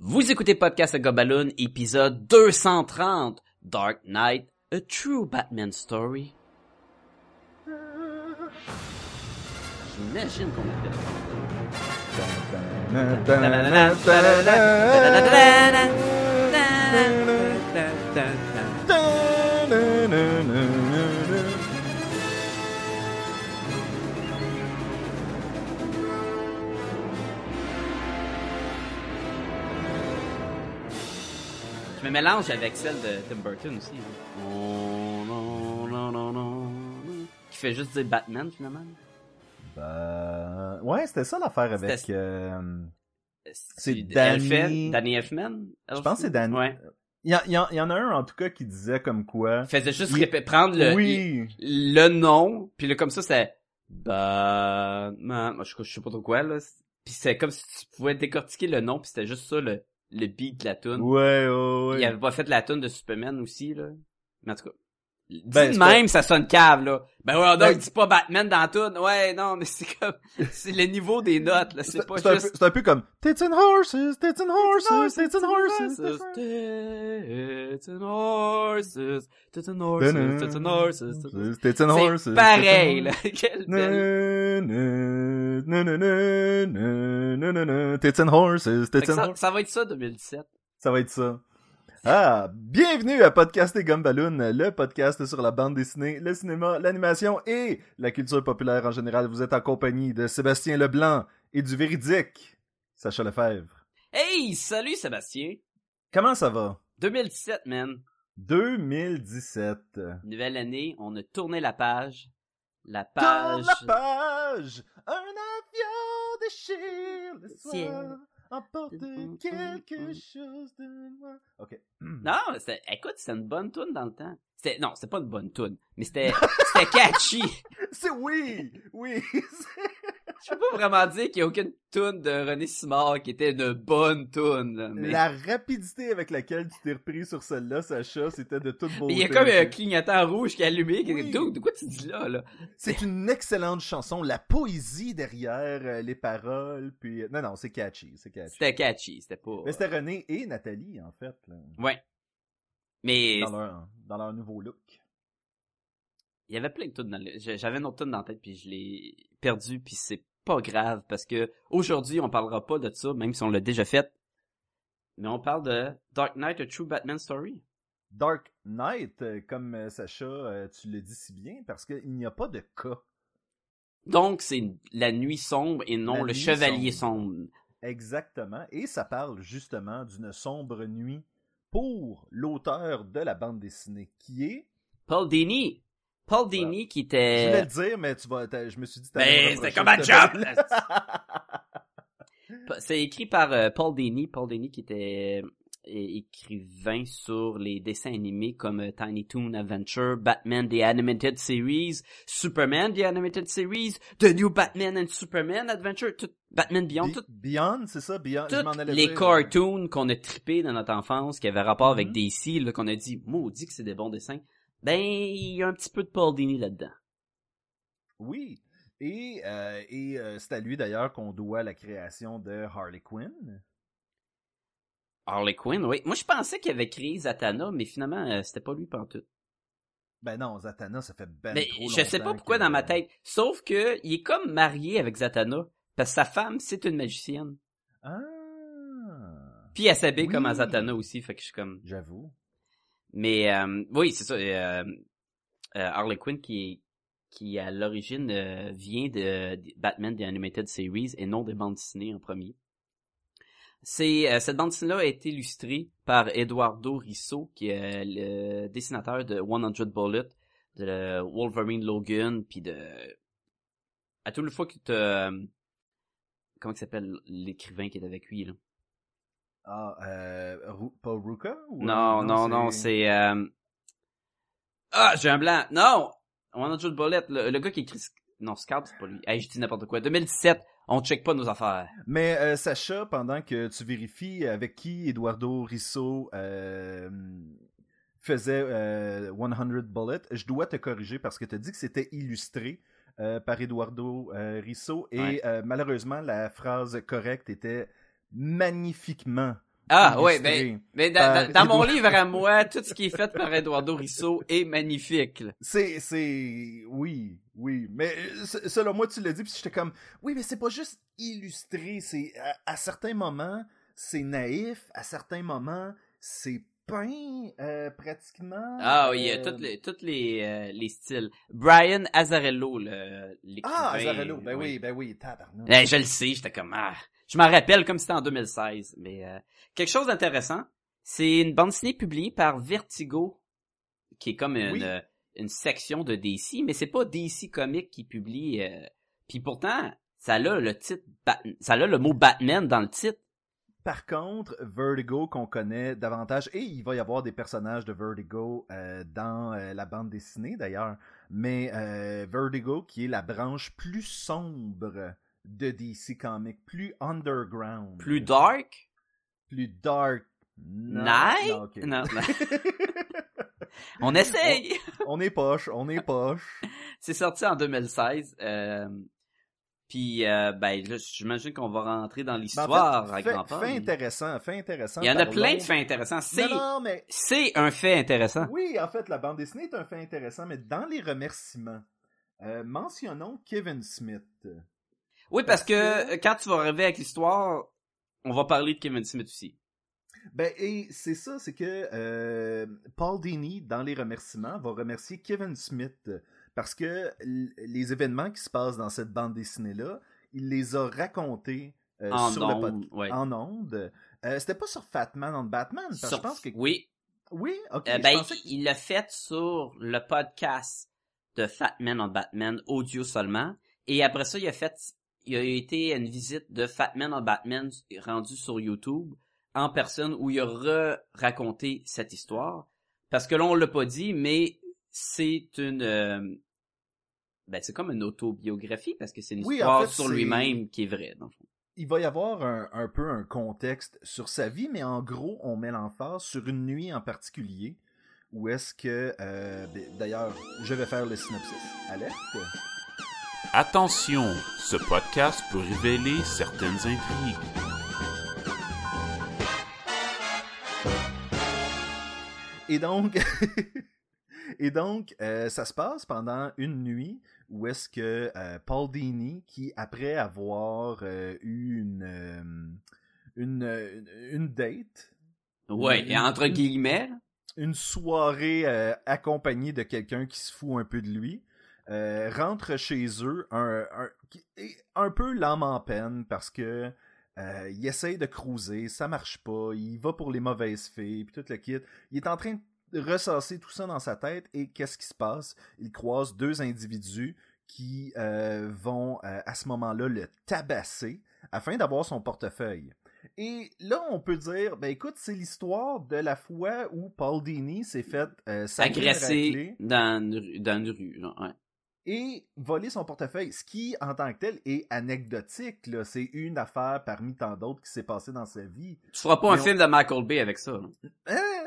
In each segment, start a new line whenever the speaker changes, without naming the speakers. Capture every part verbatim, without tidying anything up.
Vous écoutez Podcast à Gobaloon, épisode deux cent trente, Dark Knight, A True Batman Story. J'imagine qu'on appelle Je me mélange avec celle de Tim Burton aussi. Hein. Oh, non, non, non, non. Qui fait juste dire Batman, finalement.
Ben... Ouais, c'était ça l'affaire avec...
C'était...
Euh...
C'est Danny... Elfman? Danny Elfman?
Je pense que c'est Danny...
Ouais.
Il y, a, il, y a, il y en a un, en tout cas, qui disait comme quoi...
Il faisait juste
il...
répé- prendre le,
oui.
le, le nom, puis là, comme ça, c'est... Batman... Je, je sais pas trop quoi, là. Puis c'est comme si tu pouvais décortiquer le nom, puis c'était juste ça, le... le beat de la toune.
Ouais, ouais, ouais.
Il avait pas fait la toune de Superman aussi, là. Mais en tout cas. Dit
ben,
de même,
pas...
ça sonne cave, là. Ben ouais, non, ben... il dit pas Batman dans la toune. Ouais, non, mais c'est comme, c'est le niveau des notes, là. C'est,
c'est
pas
c'est
juste...
Un peu, c'est un peu comme, Tits and horses, tits and horses, tits and horses,
tits and horses, tits and horses, tits and horses,
tits and horses.
C'est pareil, là. Quelle
belle... Tits and horses, tits and horses.
Ça va être ça, deux mille dix-sept.
Ça va être ça. Ah, bienvenue à Podcast et Gumballoon, le podcast sur la bande dessinée, le cinéma, l'animation et la culture populaire en général. Vous êtes en compagnie de Sébastien Leblanc et du véridique Sacha Lefebvre.
Hey, salut Sébastien.
Comment ça va?
deux mille dix-sept, man.
deux mille dix-sept.
Nouvelle année, on a tourné la page. La page...
Tourne la page! Un avion déchire le soir. Emporte quelque chose de moi. Ok.
Non, c'était, écoute, c'était une bonne toune dans le temps. C'était, non, c'était pas une bonne toune, mais c'était, c'était catchy.
C'est oui, oui.
Je peux pas vraiment dire qu'il y a aucune toune de René Simard qui était une bonne toune, là, mais...
La rapidité avec laquelle tu t'es repris sur celle-là, Sacha, c'était de toute beauté.
Il y a comme un clignotant rouge qui est allumé, qui
oui.
est de quoi tu dis là, là?
C'est une excellente chanson, la poésie derrière euh, les paroles, puis... Non, non, c'est catchy, c'est catchy.
C'était catchy, c'était pas...
Mais c'était René et Nathalie, en fait. Là.
Ouais. Mais...
Dans leur, dans leur nouveau look.
Il y avait plein de tunes dans le... J'avais une autre tune dans la tête, puis je l'ai perdu, puis c'est pas grave, parce que aujourd'hui, on parlera pas de ça, même si on l'a déjà fait. Mais on parle de Dark Knight, A True Batman Story.
Dark Knight, euh, comme euh, Sacha, euh, tu le dis si bien, parce qu'il n'y a pas de cas.
Donc, c'est la nuit sombre et non
la
le chevalier sombre.
sombre. Exactement. Et ça parle justement d'une sombre nuit pour l'auteur de la bande dessinée, qui est...
Paul Dini. Paul Dini voilà. Qui était...
Je voulais le dire, mais tu vas, je me suis dit...
Mais c'était comme un job! C'est écrit par euh, Paul Dini. Paul Dini qui était euh, écrivain sur les dessins animés comme euh, Tiny Toon Adventure, Batman The Animated Series, Superman The Animated Series, The New Batman and Superman Adventure, tout, Batman Beyond,
Be-
tout,
Beyond, c'est ça, Beyond. Je m'en allais
les
dire.
cartoons qu'on a trippés dans notre enfance, qui avaient rapport
mm-hmm.
avec D C, là, qu'on a dit, maudit que c'est des bons dessins. Ben, il y a un petit peu de Paul Dini là-dedans.
Oui. Et, euh, et euh, c'est à lui d'ailleurs qu'on doit la création de Harley Quinn.
Harley Quinn, oui. Moi, je pensais qu'il avait créé Zatanna, mais finalement, euh, c'était pas lui pantoute.
Ben non, Zatanna, ça fait ben
mais
trop longtemps.
Je sais pas pourquoi
que...
dans ma tête. Sauf que il est comme marié avec Zatanna, parce que sa femme, c'est une magicienne.
Ah.
Puis elle s'habille
oui.
comme à Zatanna aussi, fait que je suis comme...
J'avoue.
Mais euh, oui, c'est ça. Euh, euh, Harley Quinn qui est qui à l'origine euh, vient de, de Batman The Animated Series et non des bandes dessinées en premier. C'est euh, cette bande dessinée-là a été illustrée par Eduardo Risso, qui est le dessinateur de cent Bullet, de Wolverine Logan, puis de à toute fois que t'as euh, comment il s'appelle l'écrivain qui est avec lui là.
Ah, euh, Ru- Paul Ruka ou
Non,
euh,
non, non,
c'est...
non, c'est euh... ah, j'ai un blanc. Non. cent Bullet, le, le gars qui écrit... Non, Scout, c'est pas lui. Hey, je dis n'importe quoi. deux mille dix-sept, on check pas nos affaires.
Mais euh, Sacha, pendant que tu vérifies avec qui Eduardo Risso euh, faisait euh, cent Bullet, je dois te corriger parce que tu as dit que c'était illustré euh, par Eduardo euh, Risso et
ouais.
euh, malheureusement, la phrase correcte était magnifiquement
Ah, ouais,
illustré
ben, mais dans,
par
dans, dans mon
Édouard-
livre à moi, tout ce qui est fait par Eduardo Risso est magnifique, là.
C'est, c'est, oui, oui, mais euh, se- selon moi, tu l'as dit, puis j'étais comme, oui, mais c'est pas juste illustré, c'est, à, à certains moments, c'est naïf, à certains moments, c'est peint, euh, pratiquement.
Ah oui, il y a
euh,
tous les, toutes les, euh, les styles. Brian Azzarello, le, l'écrivain.
Ah, Azarello, ben oui,
oui.
ben oui, tabarnak.
Eh, je le sais, j'étais comme, ah. Je m'en rappelle comme c'était en deux mille seize, mais euh, quelque chose d'intéressant, c'est une bande dessinée publiée par Vertigo, qui est comme une,
Oui.
euh, une section de D C, mais c'est pas D C Comics qui publie. Euh, puis pourtant, ça a le titre, Bat- ça a le mot Batman dans le titre.
Par contre, Vertigo qu'on connaît davantage, et il va y avoir des personnages de Vertigo euh, dans euh, la bande dessinée d'ailleurs, mais euh, Vertigo qui est la branche plus sombre de D C Comics, plus underground.
Plus dark.
Plus dark. Non,
Night?
non, ok.
Non, non. On essaye!
On, on est poche, on est poche.
C'est sorti en deux mille seize. Euh, Puis, euh, ben, là, j'imagine qu'on va rentrer dans
Ben,
l'histoire
en
à
fait,
grand
fait,
pas.
fait
mais-
intéressant, fait intéressant.
Il y en a
Parlons-
plein de faits intéressants. C'est,
Non, non, mais
c'est un fait intéressant.
oui, en fait, la bande dessinée est un fait intéressant, mais dans les remerciements, euh, mentionnons Kevin Smith.
Oui, parce,
Parce
que,
que-
euh, quand tu vas arriver avec l'histoire, on va parler de Kevin Smith aussi.
Ben, et c'est ça, c'est que euh, Paul Dini, dans les remerciements, va remercier Kevin Smith parce que l- les événements qui se passent dans cette bande dessinée-là, il les a racontés euh,
En
sur le
ondes,
podcast.
ouais.
En ondes. Euh, c'était pas sur Fatman on Batman, parce que
Sur-
je pense que...
Oui,
Oui, ok.
Euh,
je
ben,
pensais que-
il l'a fait sur le podcast de Fat Man on Batman, audio seulement. Et après ça, il a fait, il a été à une visite de Fat Man on Batman rendu sur YouTube en personne où il a re-raconté cette histoire. Parce que là, on l'a pas dit, mais c'est une, euh, ben, c'est comme une autobiographie parce que c'est une
Oui,
histoire
en fait,
sur
c'est-
lui-même qui est vraie, dans le fond.
Il va y avoir un, un peu un contexte sur sa vie, mais en gros, on met l'emphase sur une nuit en particulier, où est-ce que... euh, ben, d'ailleurs, je vais faire le synopsis. Alerte.
Attention, ce podcast peut révéler certaines intrigues.
Et donc, et donc euh, ça se passe pendant une nuit où est-ce que euh, Paul Dini, qui après avoir euh, eu une, euh, une, une, une date,
Ouais,
une-
et entre
une-
guillemets, là,
une soirée euh, accompagnée de quelqu'un qui se fout un peu de lui, euh, rentre chez eux un, un, qui est un peu l'âme en peine parce que euh, il essaye de cruiser, ça marche pas, il va pour les mauvaises filles, puis tout le kit. Il est en train de ressasser tout ça dans sa tête et qu'est-ce qui se passe? Il croise deux individus qui euh, vont euh, à ce moment-là le tabasser afin d'avoir son portefeuille. Et là, on peut dire, ben écoute, c'est l'histoire de la fois où Paul Dini s'est fait euh, sacrer une
agressé
raclée
dans une, rue- dans une rue, genre, ouais.
et voler son portefeuille, ce qui, en tant que tel, est anecdotique. Là. C'est une affaire parmi tant d'autres qui s'est passée dans sa vie.
Tu feras pas un
Mais on-
film de Michael Bay avec ça, là.
Hein?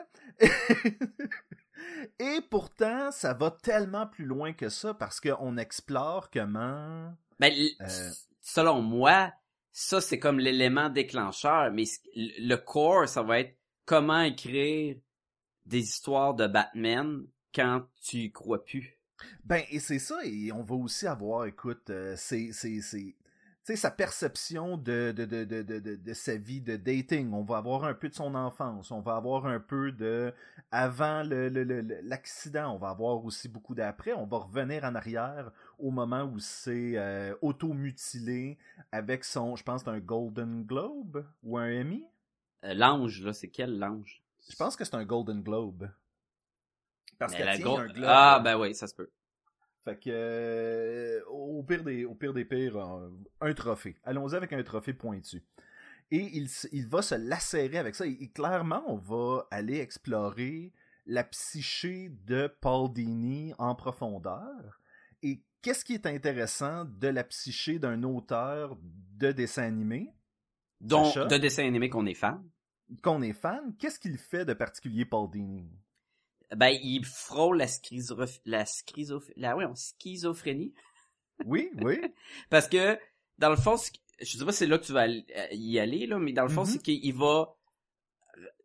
Et pourtant, ça va tellement plus loin que ça parce qu'on explore comment...
Ben, l-
Euh.
selon moi, ça, c'est comme l'élément déclencheur, mais c- le core, ça va être comment écrire des histoires de Batman quand tu y crois plus.
Ben, et c'est ça, et on va aussi avoir, écoute, euh, c'est, c'est, c'est, tu sais, sa perception de, de, de, de, de, de, de sa vie de dating. On va avoir un peu de son enfance, on va avoir un peu de avant le, le, le, le- l'accident, on va avoir aussi beaucoup d'après. On va revenir en arrière au moment où c'est euh, auto-mutilé avec son, je pense, c'est un Golden Globe ou un Emmy.
Euh, l'ange, là, c'est quel l'ange?
Je pense que c'est un Golden Globe. Parce
Mais
qu'elle
la
tient
go-
un globe.
Ah, ben oui, ça se peut.
Fait que, euh, au pire des, au pire des pires, euh, un trophée. Allons-y avec un trophée pointu. Et il, s- il va se lacérer avec ça. Et, et clairement, on va aller explorer la psyché de Paul Dini en profondeur. Et qu'est-ce qui est intéressant de la psyché d'un auteur de dessin animé,
Donc,
Sacha?
de dessins animés qu'on est fan.
qu'on est fan? Qu'est-ce qu'il fait de particulier, Paul Dini?
Ben, il frôle la schizophrénie. La, schizoph... la, ouais, schizophrénie.
Oui, oui.
Parce que, dans le fond, c'est- je sais pas si c'est là que tu vas aller- y aller, là, mais dans le fond,
Mhm.
c'est qu'il va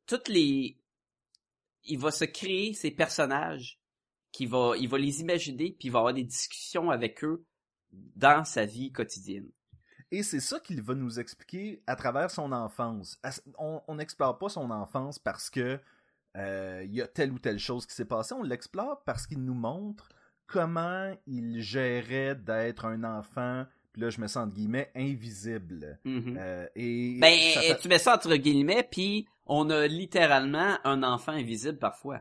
toutes les... Il va se créer ces personnages, qu'il va, il va les imaginer, puis il va avoir des discussions avec eux dans sa vie quotidienne.
Et c'est ça qu'il va nous expliquer à travers son enfance. On n'explore pas son enfance parce que euh, y a telle ou telle chose qui s'est passée. On l'explore parce qu'il nous montre comment il gérait d'être un enfant, puis là je me sens entre guillemets invisible.
Mm-hmm.
Euh, et
ben,
fait...
tu mets ça entre guillemets, puis on a littéralement un enfant invisible parfois.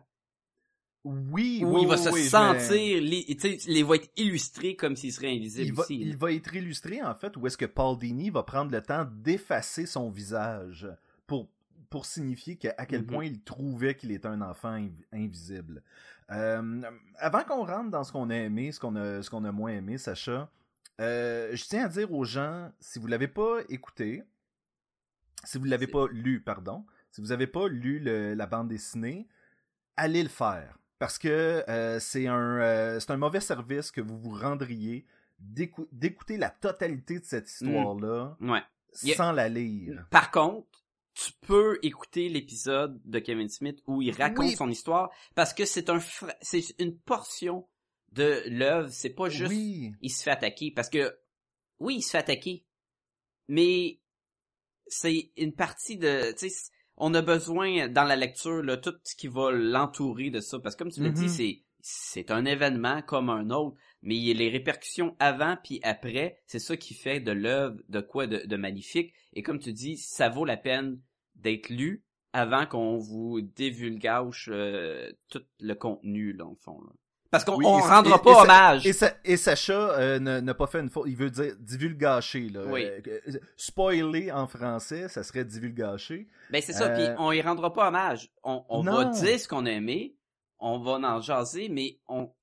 Oui,
où
oui,
il va
oui,
se
oui,
sentir,
mais...
les, tu sais, les va être illustrés comme s'il serait invisible
il va,
aussi.
Il va être illustré en fait où est-ce que Paul Dini va prendre le temps d'effacer son visage pour pour signifier que, à quel mm-hmm. point il trouvait qu'il était un enfant inv- invisible. Euh, avant qu'on rentre dans ce qu'on a aimé, ce qu'on a, ce qu'on a moins aimé, Sacha, euh, je tiens à dire aux gens, si vous l'avez pas écouté, si vous l'avez C'est... pas lu, pardon, si vous n'avez pas lu le, la bande dessinée, allez le faire. Parce que euh, c'est, un, euh, c'est un mauvais service que vous vous rendriez d'écou- d'écouter la totalité de cette histoire-là
mmh. ouais.
sans a... la lire.
Par contre, tu peux écouter l'épisode de Kevin Smith où il raconte oui. son histoire parce que c'est un fra... c'est une portion de l'œuvre. C'est pas juste oui. il se fait attaquer. Parce que, oui, il se fait attaquer. Mais c'est une partie de... Tu sais, on a besoin, dans la lecture, là, tout ce qui va l'entourer de ça. Parce que comme tu l'as mm-hmm. dit, c'est, c'est un événement comme un autre. Mais il y a les répercussions avant puis après. C'est ça qui fait de l'œuvre de quoi de, de magnifique. Et comme tu dis, ça vaut la peine d'être lu avant qu'on vous divulgage euh, tout le contenu, là, au fond. Là. Parce qu'on oui, on rendra et, pas et, hommage.
Et, sa, et Sacha euh, n'a, n'a pas fait une faute. Il veut dire divulgacher. Là.
Oui.
Euh, spoiler en français, ça serait divulgacher.
Ben c'est ça, euh... puis on y rendra pas hommage. On, on va dire ce qu'on a aimé, on va en jaser, mais on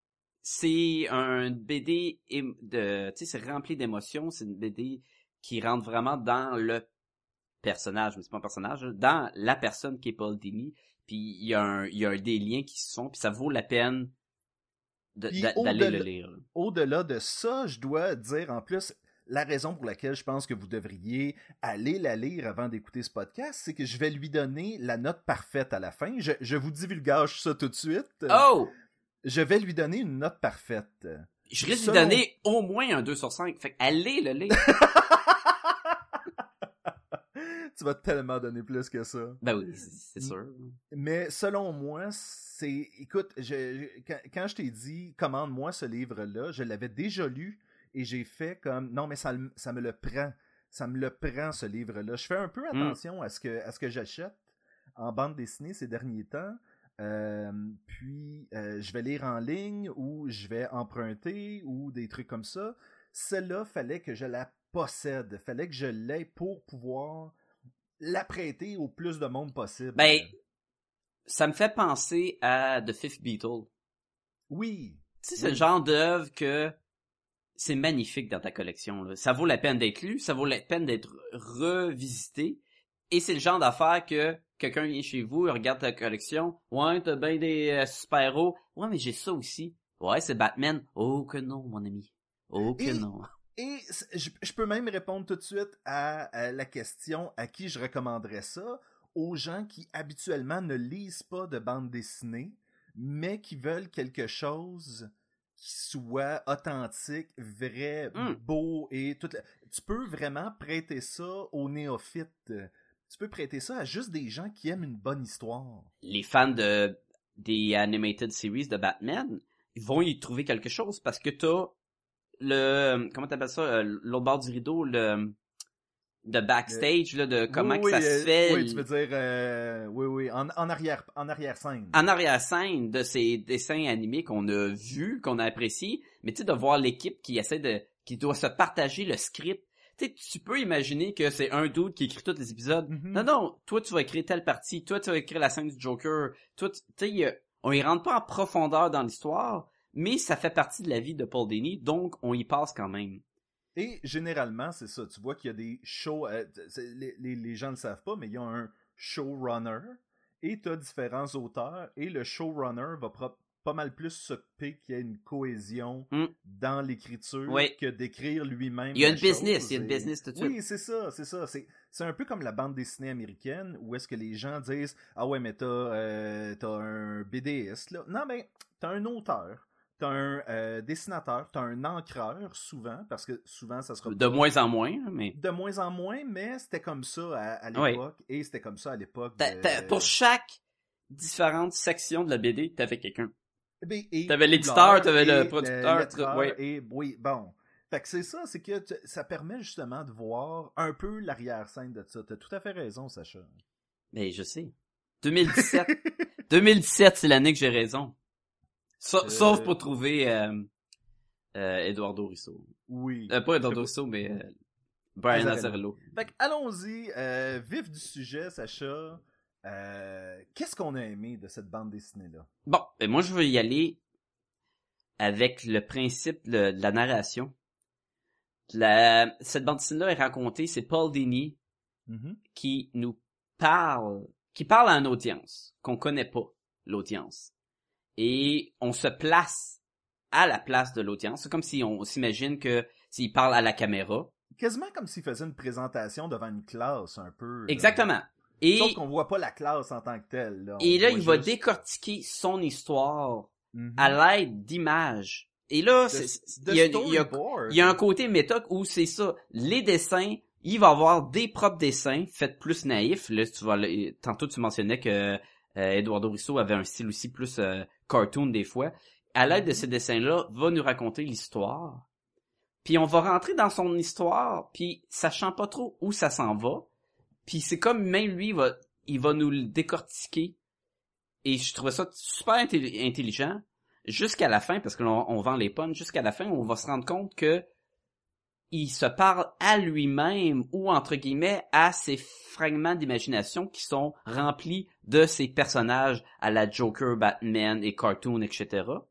c'est un B D de, tu sais, c'est rempli d'émotions. C'est une B D qui rentre vraiment dans le personnage, mais c'est pas un personnage, dans la personne qui est Paul Dini. Puis il y a un, il y a des liens qui se font, puis ça vaut la peine. De, d'a, d'aller le lire. Là.
Au-delà de ça, je dois dire en plus, la raison pour laquelle je pense que vous devriez aller la lire avant d'écouter ce podcast, c'est que je vais lui donner la note parfaite à la fin. Je, je vous divulgage ça tout de suite.
Oh!
Je vais lui donner une note parfaite.
Je risque de lui donner au moins un deux sur cinq. Fait allez le lire.
Tu vas tellement donner plus que ça.
Ben oui, c'est sûr.
Mais selon moi, c'est... Écoute, je, je, quand, quand je t'ai dit « Commande-moi ce livre-là », je l'avais déjà lu et j'ai fait comme « Non, mais ça, ça me le prend. Ça me le prend, ce livre-là. » Je fais un peu attention mm. à ce que, à ce que j'achète en bande dessinée ces derniers temps. Euh, puis, euh, je vais lire en ligne ou je vais emprunter ou des trucs comme ça. Celle-là, fallait que je la possède. Fallait que je l'aie pour pouvoir... la prêter au plus de monde possible.
Ben, ça me fait penser à The Fifth Beatle.
Oui.
Tu sais, c'est
oui.
le genre d'œuvre que c'est magnifique dans ta collection. Là. Ça vaut la peine d'être lu, ça vaut la peine d'être revisité. Et c'est le genre d'affaire que quelqu'un vient chez vous, il regarde ta collection. Ouais, t'as bien des euh, super-héros. Ouais, mais j'ai ça aussi. Ouais, c'est Batman. Oh que non, mon ami. Oh que
Et...
non.
Et je, je peux même répondre tout de suite à, à la question à qui je recommanderais ça, aux gens qui habituellement ne lisent pas de bande dessinée, mais qui veulent quelque chose qui soit authentique, vrai, mm. beau et tout. Tu peux vraiment prêter ça aux néophytes. Tu peux prêter ça à juste des gens qui aiment une bonne histoire.
Les fans de des animated series de Batman, ils vont y trouver quelque chose parce que t'as le comment t'appelles ça l'autre bord du rideau, le de backstage, là, de comment
oui,
que ça
oui,
se fait.
Oui, tu veux dire euh, oui oui en, en arrière en arrière scène.
En arrière scène de ces dessins animés qu'on a vus, qu'on a appréciés, mais tu sais de voir l'équipe qui essaie de qui doit se partager le script. Tu sais, tu peux imaginer que c'est un dude qui écrit tous les épisodes. Mm-hmm. Non non, toi tu vas écrire telle partie, toi tu vas écrire la scène du Joker, toi tu sais on y rentre pas en profondeur dans l'histoire. Mais ça fait partie de la vie de Paul Dini, donc on y passe quand même.
Et généralement, c'est ça. Tu vois qu'il y a des shows... Euh, les, les, les gens ne le savent pas, mais il y a un showrunner et tu as différents auteurs et le showrunner va pro- pas mal plus s'occuper qu'il y ait une cohésion
mm.
dans l'écriture
oui.
que d'écrire lui-même.
Il y a une
la
business,
chose.
il y a une
Et...
business tout de suite.
Oui, c'est ça, c'est ça. C'est, c'est un peu comme la bande dessinée américaine où est-ce que les gens disent « Ah ouais, mais t'as, euh, t'as un B D S, là. » Non, mais t'as un auteur. T'as un euh, dessinateur, t'as un encreur, souvent, parce que souvent, ça sera
De
pas...
moins en moins, mais...
De moins en moins, mais c'était comme ça à, à l'époque, oui. Et c'était comme ça à l'époque
t'as,
de...
t'as, Pour chaque différente section de la B D, t'avais quelqu'un.
Ben, et
t'avais l'éditeur, t'avais le
le
producteur.
Le
ouais.
Et oui, bon... Fait que c'est ça, c'est que tu, ça permet justement de voir un peu l'arrière-scène de ça. T'as tout à fait raison, Sacha.
Mais je sais. deux mille dix-sept. deux mille dix-sept, c'est l'année que j'ai raison. Sa- euh... Sauf pour trouver euh, euh, Eduardo Risso.
Oui.
Euh, pas Eduardo Risso, mais euh, Brian Azzarello.
Fait que allons-y, euh, vif du sujet, Sacha. Euh, qu'est-ce qu'on a aimé de cette bande dessinée-là?
Bon, ben moi je veux y aller avec le principe de, de la narration. La, cette bande dessinée-là est racontée, c'est Paul Dini mm-hmm. qui nous parle, qui parle à une audience qu'on connaît pas, l'audience. Et on se place à la place de l'audience. C'est comme si on s'imagine que s'il parle à la caméra.
Quasiment comme s'il faisait une présentation devant une classe, un peu.
Exactement.
Là.
Et,
sauf qu'on voit pas la classe en tant que telle. Là.
Et là, il
juste...
va décortiquer son histoire mm-hmm. à l'aide d'images. Et là,
de,
c'est,
de
il, y a, il, y a, il y a un côté méta où c'est ça. Les dessins, il va avoir des propres dessins faits plus naïfs. Là, tu vas, tantôt, tu mentionnais que euh, Eduardo Risso avait un style aussi plus euh, cartoon des fois. À l'aide de ces dessins-là, va nous raconter l'histoire. Puis on va rentrer dans son histoire, puis sachant pas trop où ça s'en va. Puis c'est comme même lui, il va, il va nous le décortiquer. Et je trouvais ça super intelli- intelligent. Jusqu'à la fin, parce que l'on on vend les punchs, jusqu'à la fin, on va se rendre compte que il se parle à lui-même ou, entre guillemets, à ses fragments d'imagination qui sont remplis de ses personnages à la Joker, Batman et Cartoon, et cetera.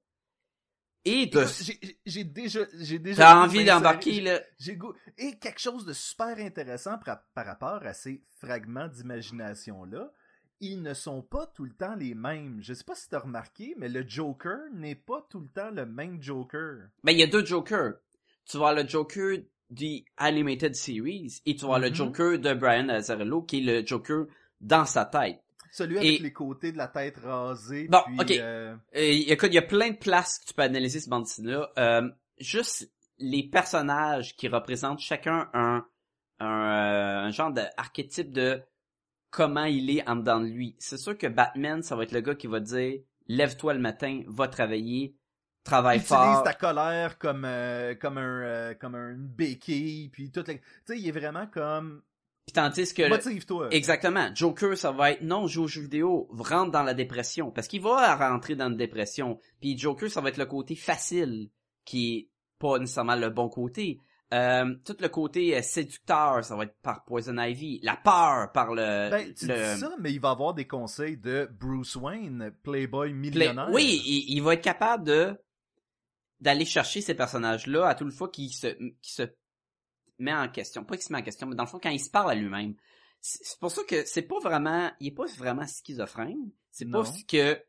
Et de...
J'ai, j'ai déjà... J'ai déjà
T'as envie d'embarquer,
j'ai,
là?
J'ai goût... Et quelque chose de super intéressant par, par rapport à ces fragments d'imagination-là, ils ne sont pas tout le temps les mêmes. Je sais pas si t'as remarqué, mais le Joker n'est pas tout le temps le même Joker.
Ben, il y a deux Jokers. Tu vois le Joker du Animated Series et tu vois mm-hmm. le Joker de Brian Azzarello qui est le Joker dans sa tête.
Celui avec et... les côtés de la tête rasée.
Bon,
puis,
ok.
Euh...
Et, écoute, il y a plein de places que tu peux analyser ce bande dessinée-là. Euh, juste les personnages qui représentent chacun un, un, euh, un genre d'archétype de comment il est en dedans de lui. C'est sûr que Batman, ça va être le gars qui va dire « Lève-toi le matin, va travailler, travaille
Utilise
fort. »
Utilise ta colère comme, euh, comme un euh, comme un béquille, puis tout. Les... Tu sais, il est vraiment comme...
Puis tandis que...
Motive-toi.
Exactement. Joker, ça va être « Non, joue aux jeux vidéo, rentre dans la dépression. » Parce qu'il va rentrer dans une dépression. Puis Joker, ça va être le côté facile, qui est pas nécessairement le bon côté. Euh, tout le côté euh, séducteur, ça va être par Poison Ivy. La peur par le...
Ben, tu
le...
dis ça, mais il va avoir des conseils de Bruce Wayne, Playboy millionnaire.
Play... Oui, il, il va être capable de d'aller chercher ces personnages-là à tout le fois qu'il se, qu'il se met en question. Pas qu'il se met en question, mais dans le fond, quand il se parle à lui-même. C'est, c'est pour ça que c'est pas vraiment... Il est pas vraiment schizophrène. C'est
non.
pas ce que...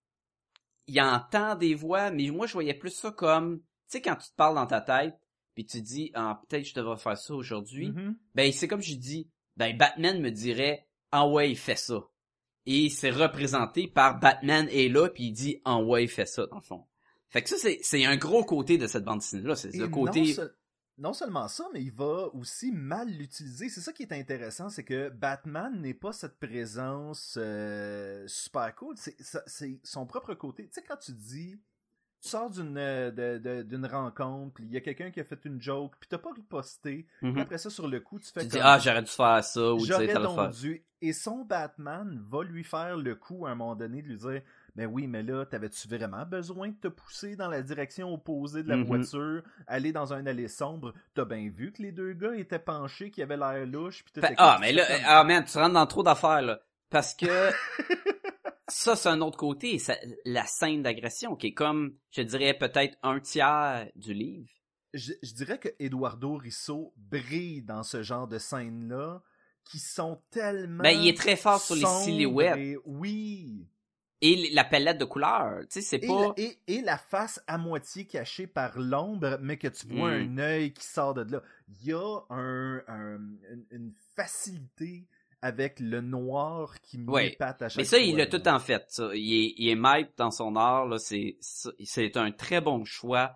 Il entend des voix, mais moi, je voyais plus ça comme... Tu sais, quand tu te parles dans ta tête, puis tu dis, ah, peut-être je devrais faire ça aujourd'hui, mm-hmm. ben c'est comme je dis, ben Batman me dirait, ah ouais, il fait ça. Et c'est représenté par Batman est là, puis il dit, ah ouais, il fait ça, dans le fond. Fait que ça, c'est, c'est un gros côté de cette bande dessinée-là, c'est
Et
le côté...
Non, se... non seulement ça, mais il va aussi mal l'utiliser. C'est ça qui est intéressant, c'est que Batman n'est pas cette présence euh, super cool, c'est, c'est son propre côté. Tu sais, quand tu dis... Tu sors d'une, de, de, d'une rencontre, puis il y a quelqu'un qui a fait une joke, puis t'as pas riposté, mm-hmm. puis après ça, sur le coup, tu fais
tu
comme...
dis, ah, j'aurais dû faire ça, ou
j'aurais
tu sais,
donc dû. Et son Batman va lui faire le coup, à un moment donné, de lui dire, ben oui, mais là, t'avais-tu vraiment besoin de te pousser dans la direction opposée de la mm-hmm. voiture, aller dans un allée sombre? T'as bien vu que les deux gars étaient penchés, qu'ils avaient l'air louche, puis t'étais...
Ah, mais là, comme... ah, man, tu rentres dans trop d'affaires, là. Parce que... Ça, c'est un autre côté, ça, la scène d'agression, qui est comme, je dirais, peut-être un tiers du livre.
Je, je dirais que Eduardo Risso brille dans ce genre de scènes-là, qui sont tellement...
Ben, il est très fort sur les silhouettes.
Et... Oui.
Et la palette de couleurs, tu sais, c'est
Et,
pas...
la, et, et la face à moitié cachée par l'ombre, mais que tu vois
Mm.
un œil qui sort de là. Il y a un, un, une, une facilité avec le noir qui
Ouais.
m'épate à chaque
Mais ça,
fois.
il l'a
là.
tout en fait, ça. Il est, il est maître dans son art, là. C'est, c'est un très bon choix,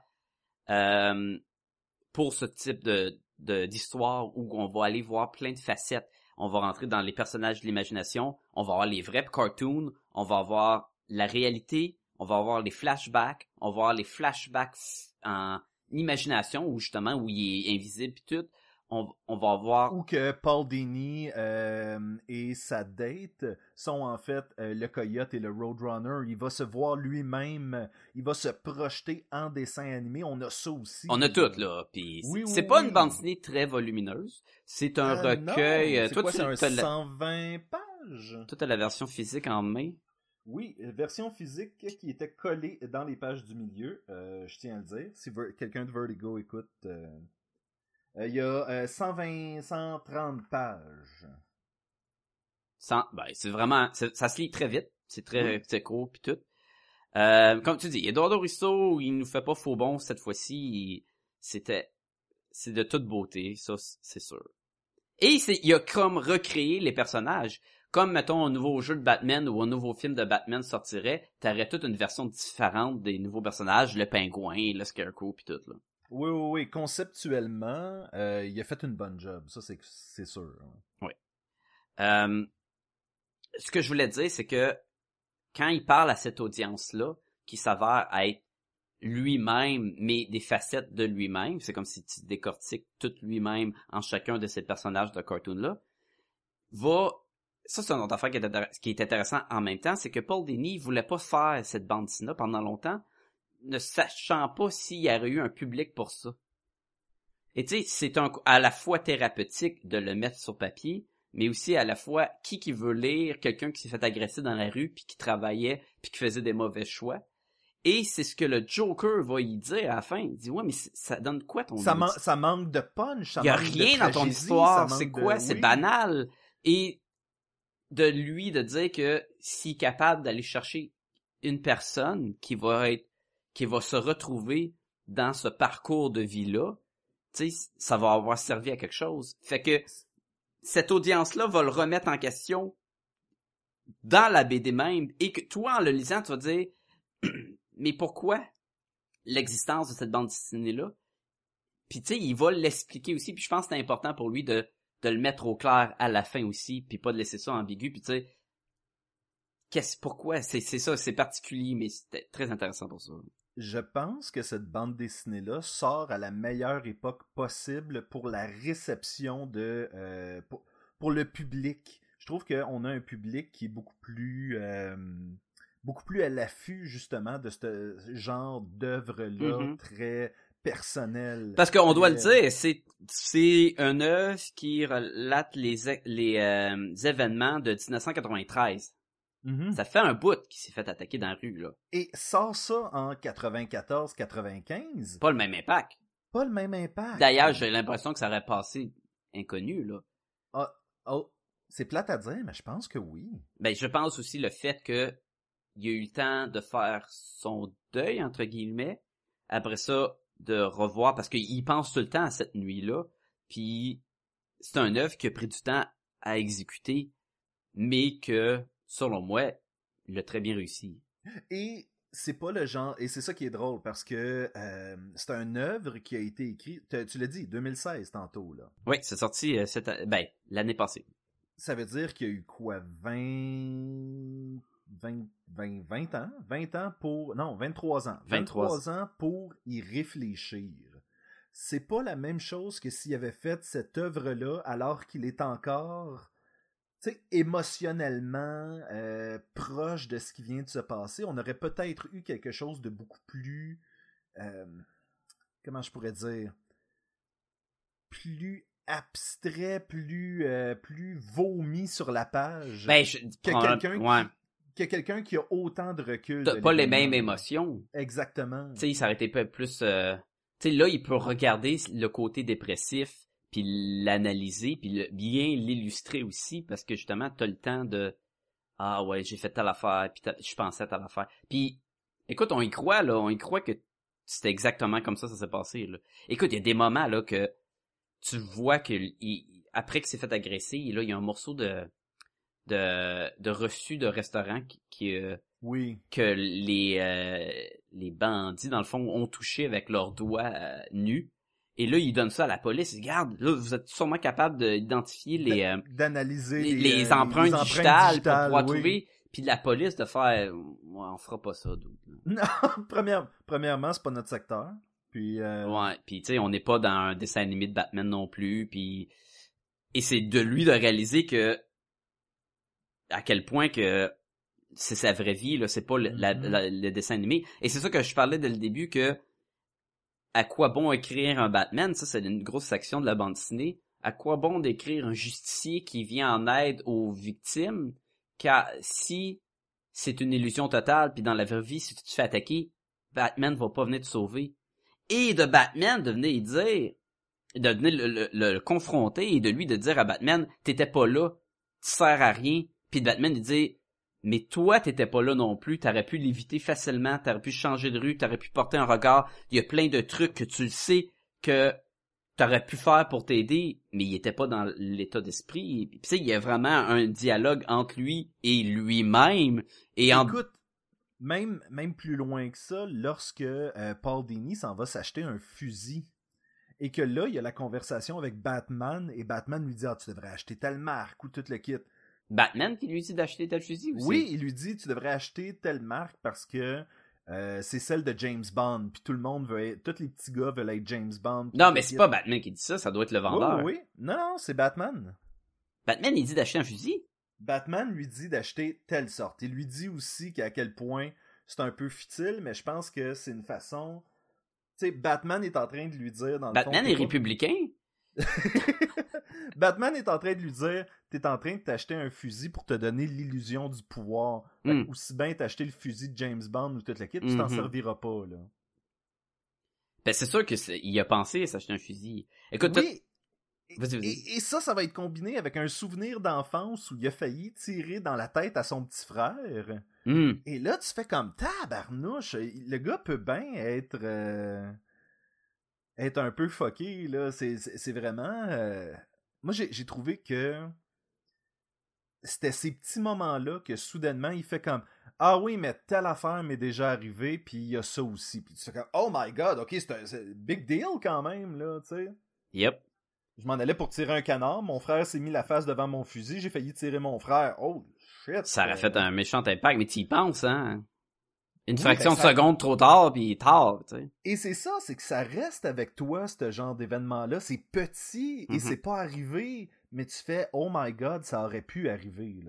euh, pour ce type de, de, d'histoire où on va aller voir plein de facettes. On va rentrer dans les personnages de l'imagination, on va avoir les vrais cartoons, on va avoir la réalité, on va avoir les flashbacks, on va avoir les flashbacks en imagination, où justement, où il est invisible pis tout. On, on va avoir...
Ou que Paul Dini euh, et sa date sont en fait euh, le Coyote et le Roadrunner. Il va se voir lui-même, il va se projeter en dessin animé. On a ça aussi.
On a
déjà.
tout, là. Puis
Oui,
c'est
oui,
pas
oui.
une bande dessinée très volumineuse. C'est un
Euh,
recueil.
non,
euh,
c'est
Toi,
quoi,
tu
c'est un
as la...
cent vingt pages?
toi, t'as la version physique en main.
Oui, version physique qui était collée dans les pages du milieu, euh, je tiens à le dire. Si ver- quelqu'un de Vertigo écoute, euh, euh, il y a euh, cent vingt, cent trente pages.
Sans... Ben, c'est vraiment... c'est- ça se lit très vite. C'est très,
Oui.
c'est court, puis tout. Euh, comme tu dis, Eduardo Risso, il nous fait pas faux bon cette fois-ci. Il... C'était... C'est de toute beauté, ça, c'est sûr. Et c'est, il a comme recréé les personnages. Comme, mettons, un nouveau jeu de Batman ou un nouveau film de Batman sortirait, t'aurais toute une version différente des nouveaux personnages, le pingouin, le scarecrow, pis tout, là.
Oui, oui, oui. Conceptuellement, euh, il a fait une bonne job. Ça, c'est, c'est sûr.
Oui. Euh, ce que je voulais dire, c'est que quand il parle à cette audience-là, qui s'avère être lui-même, mais des facettes de lui-même, c'est comme si tu décortiques tout lui-même en chacun de ces personnages de cartoon-là, va... Ça, c'est une autre affaire qui est, intér- qui est intéressant en même temps, c'est que Paul Dini voulait pas faire cette bande-dessinée pendant longtemps, ne sachant pas s'il y aurait eu un public pour ça. Et tu sais, c'est un, à la fois thérapeutique de le mettre sur papier, mais aussi à la fois qui qui veut lire quelqu'un qui s'est fait agresser dans la rue, puis qui travaillait, puis qui faisait des mauvais choix. Et c'est ce que le Joker va y dire à la fin. Il dit, ouais, mais ça donne quoi ton...
Ça, man- ça manque de punch. Ça
Il y a
manque
rien
de
dans ton
tragédie,
histoire.
ça
C'est
manque
quoi?
de-
C'est
oui.
banal. Et de lui de dire que s'il est capable d'aller chercher une personne qui va être, qui va se retrouver dans ce parcours de vie-là, tu sais, ça va avoir servi à quelque chose. Fait que cette audience-là va le remettre en question dans la B D même, et que toi, en le lisant, tu vas dire, mais pourquoi l'existence de cette bande dessinée-là? Puis tu sais, il va l'expliquer aussi, puis je pense que c'est important pour lui de de le mettre au clair à la fin aussi, puis pas de laisser ça ambigu, puis tu sais, qu'est-ce, pourquoi, c'est c'est ça, c'est particulier, mais c'était très intéressant pour ça.
Je pense que cette bande dessinée-là sort à la meilleure époque possible pour la réception de... Euh, pour, pour le public. Je trouve qu'on a un public qui est beaucoup plus... Euh, beaucoup plus à l'affût, justement, de ce genre d'œuvre-là,
Mm-hmm.
très personnel.
Parce qu'on
très...
doit le dire, c'est c'est une œuvre qui relate les, les euh, événements de dix-neuf cent quatre-vingt-treize.
Mm-hmm.
Ça fait un bout qui s'est fait attaquer dans la rue, là.
Et sort ça en quatre-vingt-quatorze quatre-vingt-quinze.
Pas le même impact.
Pas le même impact.
D'ailleurs, j'ai l'impression que ça aurait passé inconnu, là.
Ah, oh, c'est plate à dire, mais je pense que oui.
Ben, je pense aussi le fait que il a eu le temps de faire son deuil, entre guillemets. Après ça, de revoir, parce qu'il pense tout le temps à cette nuit-là. Puis, c'est un œuvre qui a pris du temps à exécuter, mais que, selon moi, il a très bien réussi.
Et c'est pas le genre, et c'est ça qui est drôle, parce que euh, c'est une œuvre qui a été écrite, tu l'as dit, deux mille seize tantôt, là.
Oui, c'est sorti euh, cette, ben, l'année passée.
Ça veut dire qu'il y a eu quoi, vingt, vingt, vingt, vingt ans? vingt ans pour, non, vingt-trois ans.
vingt-trois
vingt-trois ans pour y réfléchir. C'est pas la même chose que s'il avait fait cette œuvre-là alors qu'il est encore... Tu sais, émotionnellement euh, proche de ce qui vient de se passer, on aurait peut-être eu quelque chose de beaucoup plus... Euh, comment je pourrais dire? Plus abstrait, plus, euh, plus vomi sur la page.
Ben, je,
que
prends-
quelqu'un
ouais.
qui, que quelqu'un qui a autant de recul.
T'as
de
pas les
l'événement.
mêmes émotions.
Exactement.
Tu sais, ça aurait été peu plus... Euh... Tu sais, là, il peut regarder le côté dépressif, puis l'analyser, puis le, bien l'illustrer aussi, parce que justement, t'as le temps de ah ouais, j'ai fait telle affaire, puis je pensais à telle affaire. Puis, écoute, on y croit, là, on y croit que c'était exactement comme ça ça s'est passé, là. Écoute, il y a des moments, là, que tu vois que il, après qu'il s'est fait agresser, là, il y a un morceau de de, de reçu de restaurant qui, qui euh,
oui.
que les euh, les bandits, dans le fond, ont touché avec leurs doigts euh, nus. Et là, ils donnent ça à la police. Ils disent, regarde, là, vous êtes sûrement capable d'identifier les, euh,
d'analyser
les,
les,
les
euh,
empreintes,
les, les
digitales,
empreintes digitales
pour pouvoir
oui.
trouver. Puis la police de faire, ouais, on fera pas ça, dude.
Non, première, premièrement, c'est pas notre secteur. Puis euh...
ouais, puis tu sais, on n'est pas dans un dessin animé de Batman non plus. Puis et c'est de lui de réaliser que à quel point que c'est sa vraie vie, là, c'est pas le, la,
mm-hmm.
la, le dessin animé. Et c'est ça que je parlais dès le début, que à quoi bon écrire un Batman, ça c'est une grosse section de la bande dessinée, à quoi bon d'écrire un justicier qui vient en aide aux victimes, car si c'est une illusion totale, puis dans la vraie vie, si tu te fais attaquer, Batman va pas venir te sauver. Et de Batman de venir dire, de venir le, le, le, le confronter et de lui de dire à Batman, t'étais pas là, tu sers à rien, puis de Batman de dire, mais toi, t'étais pas là non plus, t'aurais pu l'éviter facilement, t'aurais pu changer de rue, t'aurais pu porter un regard, il y a plein de trucs que tu le sais que t'aurais pu faire pour t'aider, mais il était pas dans l'état d'esprit. Puis tu sais, il y a vraiment un dialogue entre lui et lui-même. Et
écoute, en... même, même plus loin que ça, lorsque euh, Paul Dini s'en va s'acheter un fusil, et que là, il y a la conversation avec Batman, et Batman lui dit « Ah, tu devrais acheter telle marque ou tout le kit. »
Batman qui lui dit d'acheter tel fusil aussi.
Oui, il lui dit tu devrais acheter telle marque parce que euh, c'est celle de James Bond, puis tout le monde veut être, tous les petits gars veulent être James Bond.
Non, mais c'est pas Batman qui dit ça, ça doit être le vendeur.
Oui, oui, oui. Non, non, c'est Batman.
Batman, il dit d'acheter un fusil.
Batman lui dit d'acheter telle sorte. Il lui dit aussi qu'à quel point c'est un peu futile, mais je pense que c'est une façon... Tu sais, Batman est en train de lui dire dans le
Batman
fond...
est
pas...
républicain.
Batman est en train de lui dire t'es en train de t'acheter un fusil pour te donner l'illusion du pouvoir. Fait
mm.
aussi bien t'acheter le fusil de James Bond ou toute la kit, tu
mm-hmm.
t'en serviras pas, là.
Ben, c'est sûr qu'il a pensé à s'acheter un fusil. Écoute,
oui,
vas-y, vas-y.
Et, et ça, ça va être combiné avec un souvenir d'enfance où il a failli tirer dans la tête à son petit frère.
Mm.
Et là, tu fais comme tabarnouche. Le gars peut bien être... Euh... être un peu fucké, là. C'est, c'est, c'est vraiment... Euh... Moi, j'ai, j'ai trouvé que c'était ces petits moments-là que soudainement, il fait comme « Ah oui, mais telle affaire m'est déjà arrivée, puis il y a ça aussi. » Puis tu fais comme « Oh my God, ok, c'est un, c'est un big deal quand même, là, tu sais. »
Yep.
Je m'en allais pour tirer un canard, mon frère s'est mis la face devant mon fusil, j'ai failli tirer mon frère. Oh shit!
Ça aurait
euh...
fait un méchant impact, mais tu y penses, hein? Une
oui,
fraction
ben
de
ça...
seconde trop tard, puis tard, tu sais.
Et c'est ça, c'est que ça reste avec toi, ce genre d'événement-là. C'est petit et mm-hmm. c'est pas arrivé, mais tu fais « Oh my God, ça aurait pu arriver, là. »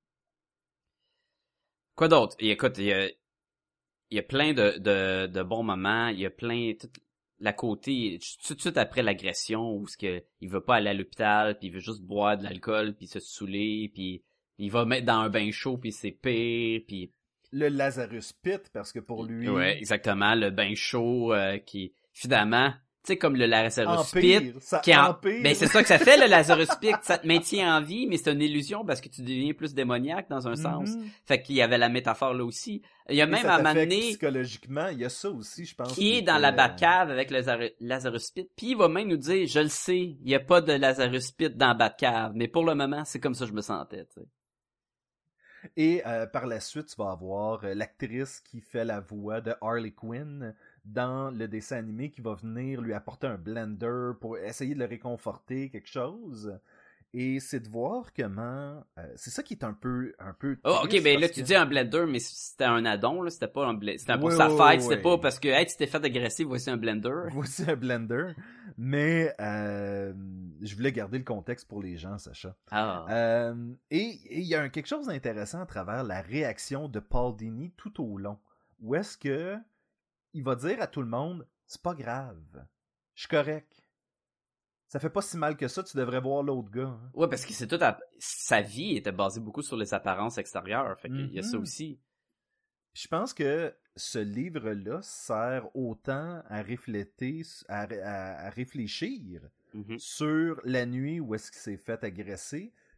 Quoi d'autre? Écoute, il y a, il y a plein de, de, de bons moments, il y a plein... Tout, la côté, tout de suite après l'agression, où ce que il veut pas aller à l'hôpital, puis il veut juste boire de l'alcool, puis se saouler, puis il va mettre dans un bain chaud, puis c'est pire, puis...
Le Lazarus Pit, parce que pour lui...
Ouais, exactement, le bain chaud euh, qui, finalement, tu sais, comme le Lazarus
empire,
Pit...
Ça
qui en...
empire.
Ben, c'est ça que ça fait, le Lazarus Pit, ça te maintient en vie, mais c'est une illusion parce que tu deviens plus démoniaque dans un sens.
Mm-hmm.
Fait qu'il y avait la métaphore là aussi. Il y a
Et
même
ça
à m'amener...
psychologiquement, il y a ça aussi, je pense.
Qui est dans
que...
la Batcave avec le Lazarus Pit, puis il va même nous dire, je le sais, il n'y a pas de Lazarus Pit dans Batcave, mais pour le moment, c'est comme ça que je me sentais, tu sais.
Et euh, par la suite, tu vas avoir euh, l'actrice qui fait la voix de Harley Quinn dans le dessin animé qui va venir lui apporter un blender pour essayer de le réconforter, quelque chose. Et c'est de voir comment... Euh, c'est ça qui est un peu un peu
oh, ok, ben là,
que...
tu dis un blender, mais c'était un addon, là, c'était pas un blender. C'était pour
oui,
sa
oui,
fête,
oui,
c'était
oui.
pas parce que, hey, tu t'es fait agresser, voici un blender.
Voici un blender. Mais euh, je voulais garder le contexte pour les gens, Sacha.
Ah.
Euh, et il y a un, quelque chose d'intéressant à travers la réaction de Paul Dini tout au long. Où est-ce que il va dire à tout le monde, c'est pas grave, je suis correct. Ça fait pas si mal que ça, tu devrais voir l'autre gars. Hein.
Ouais, parce que c'est tout à... sa vie était basée beaucoup sur les apparences extérieures, fait qu'il
mm-hmm.
y a ça aussi.
Je pense que ce livre-là sert autant à refléter, à, à, à réfléchir
mm-hmm.
sur la nuit où est-ce qu'il s'est fait agresser,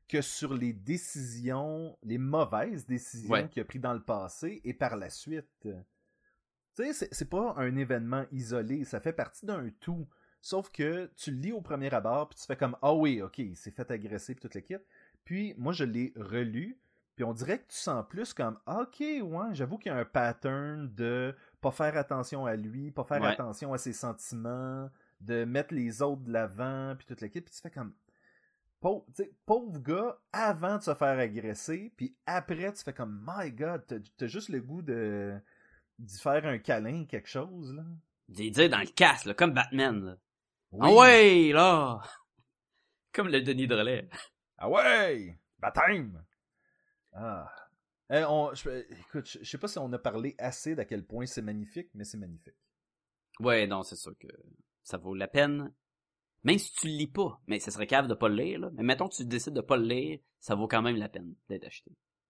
que sur les décisions, les mauvaises décisions
Ouais.
qu'il a prises dans le passé et par la suite. Tu sais, c'est, c'est pas un événement isolé, ça fait partie d'un tout. Sauf que tu le lis au premier abord, puis tu fais comme « Ah oui, ok, il s'est fait agresser, puis toute l'équipe. » Puis moi, je l'ai relu, puis on dirait que tu sens plus comme « Ok, ouais, j'avoue qu'il y a un pattern de pas faire attention à lui, pas faire
Ouais.
attention à ses sentiments, de mettre les autres de l'avant, puis toute l'équipe. » Puis tu fais comme « Pauvre, tu sais, pauvre gars, avant de se faire agresser, puis après, tu fais comme « My God, t'as, t'as juste le goût de d'y faire un câlin, quelque chose, là. »
Des dire dans le casque, là, comme Batman, là.
Oui.
Ah ouais, là! Comme le Denis Drolet.
Ah ouais! Baptême! Ah. Eh, on, je, écoute, je, je sais pas si on a parlé assez d'à quel point c'est magnifique, mais c'est magnifique.
Ouais, non, c'est sûr que ça vaut la peine. Même si tu le lis pas, mais ça serait cave de pas le lire, là. Mais mettons que tu décides de pas le lire, ça vaut quand même la peine d'être acheté.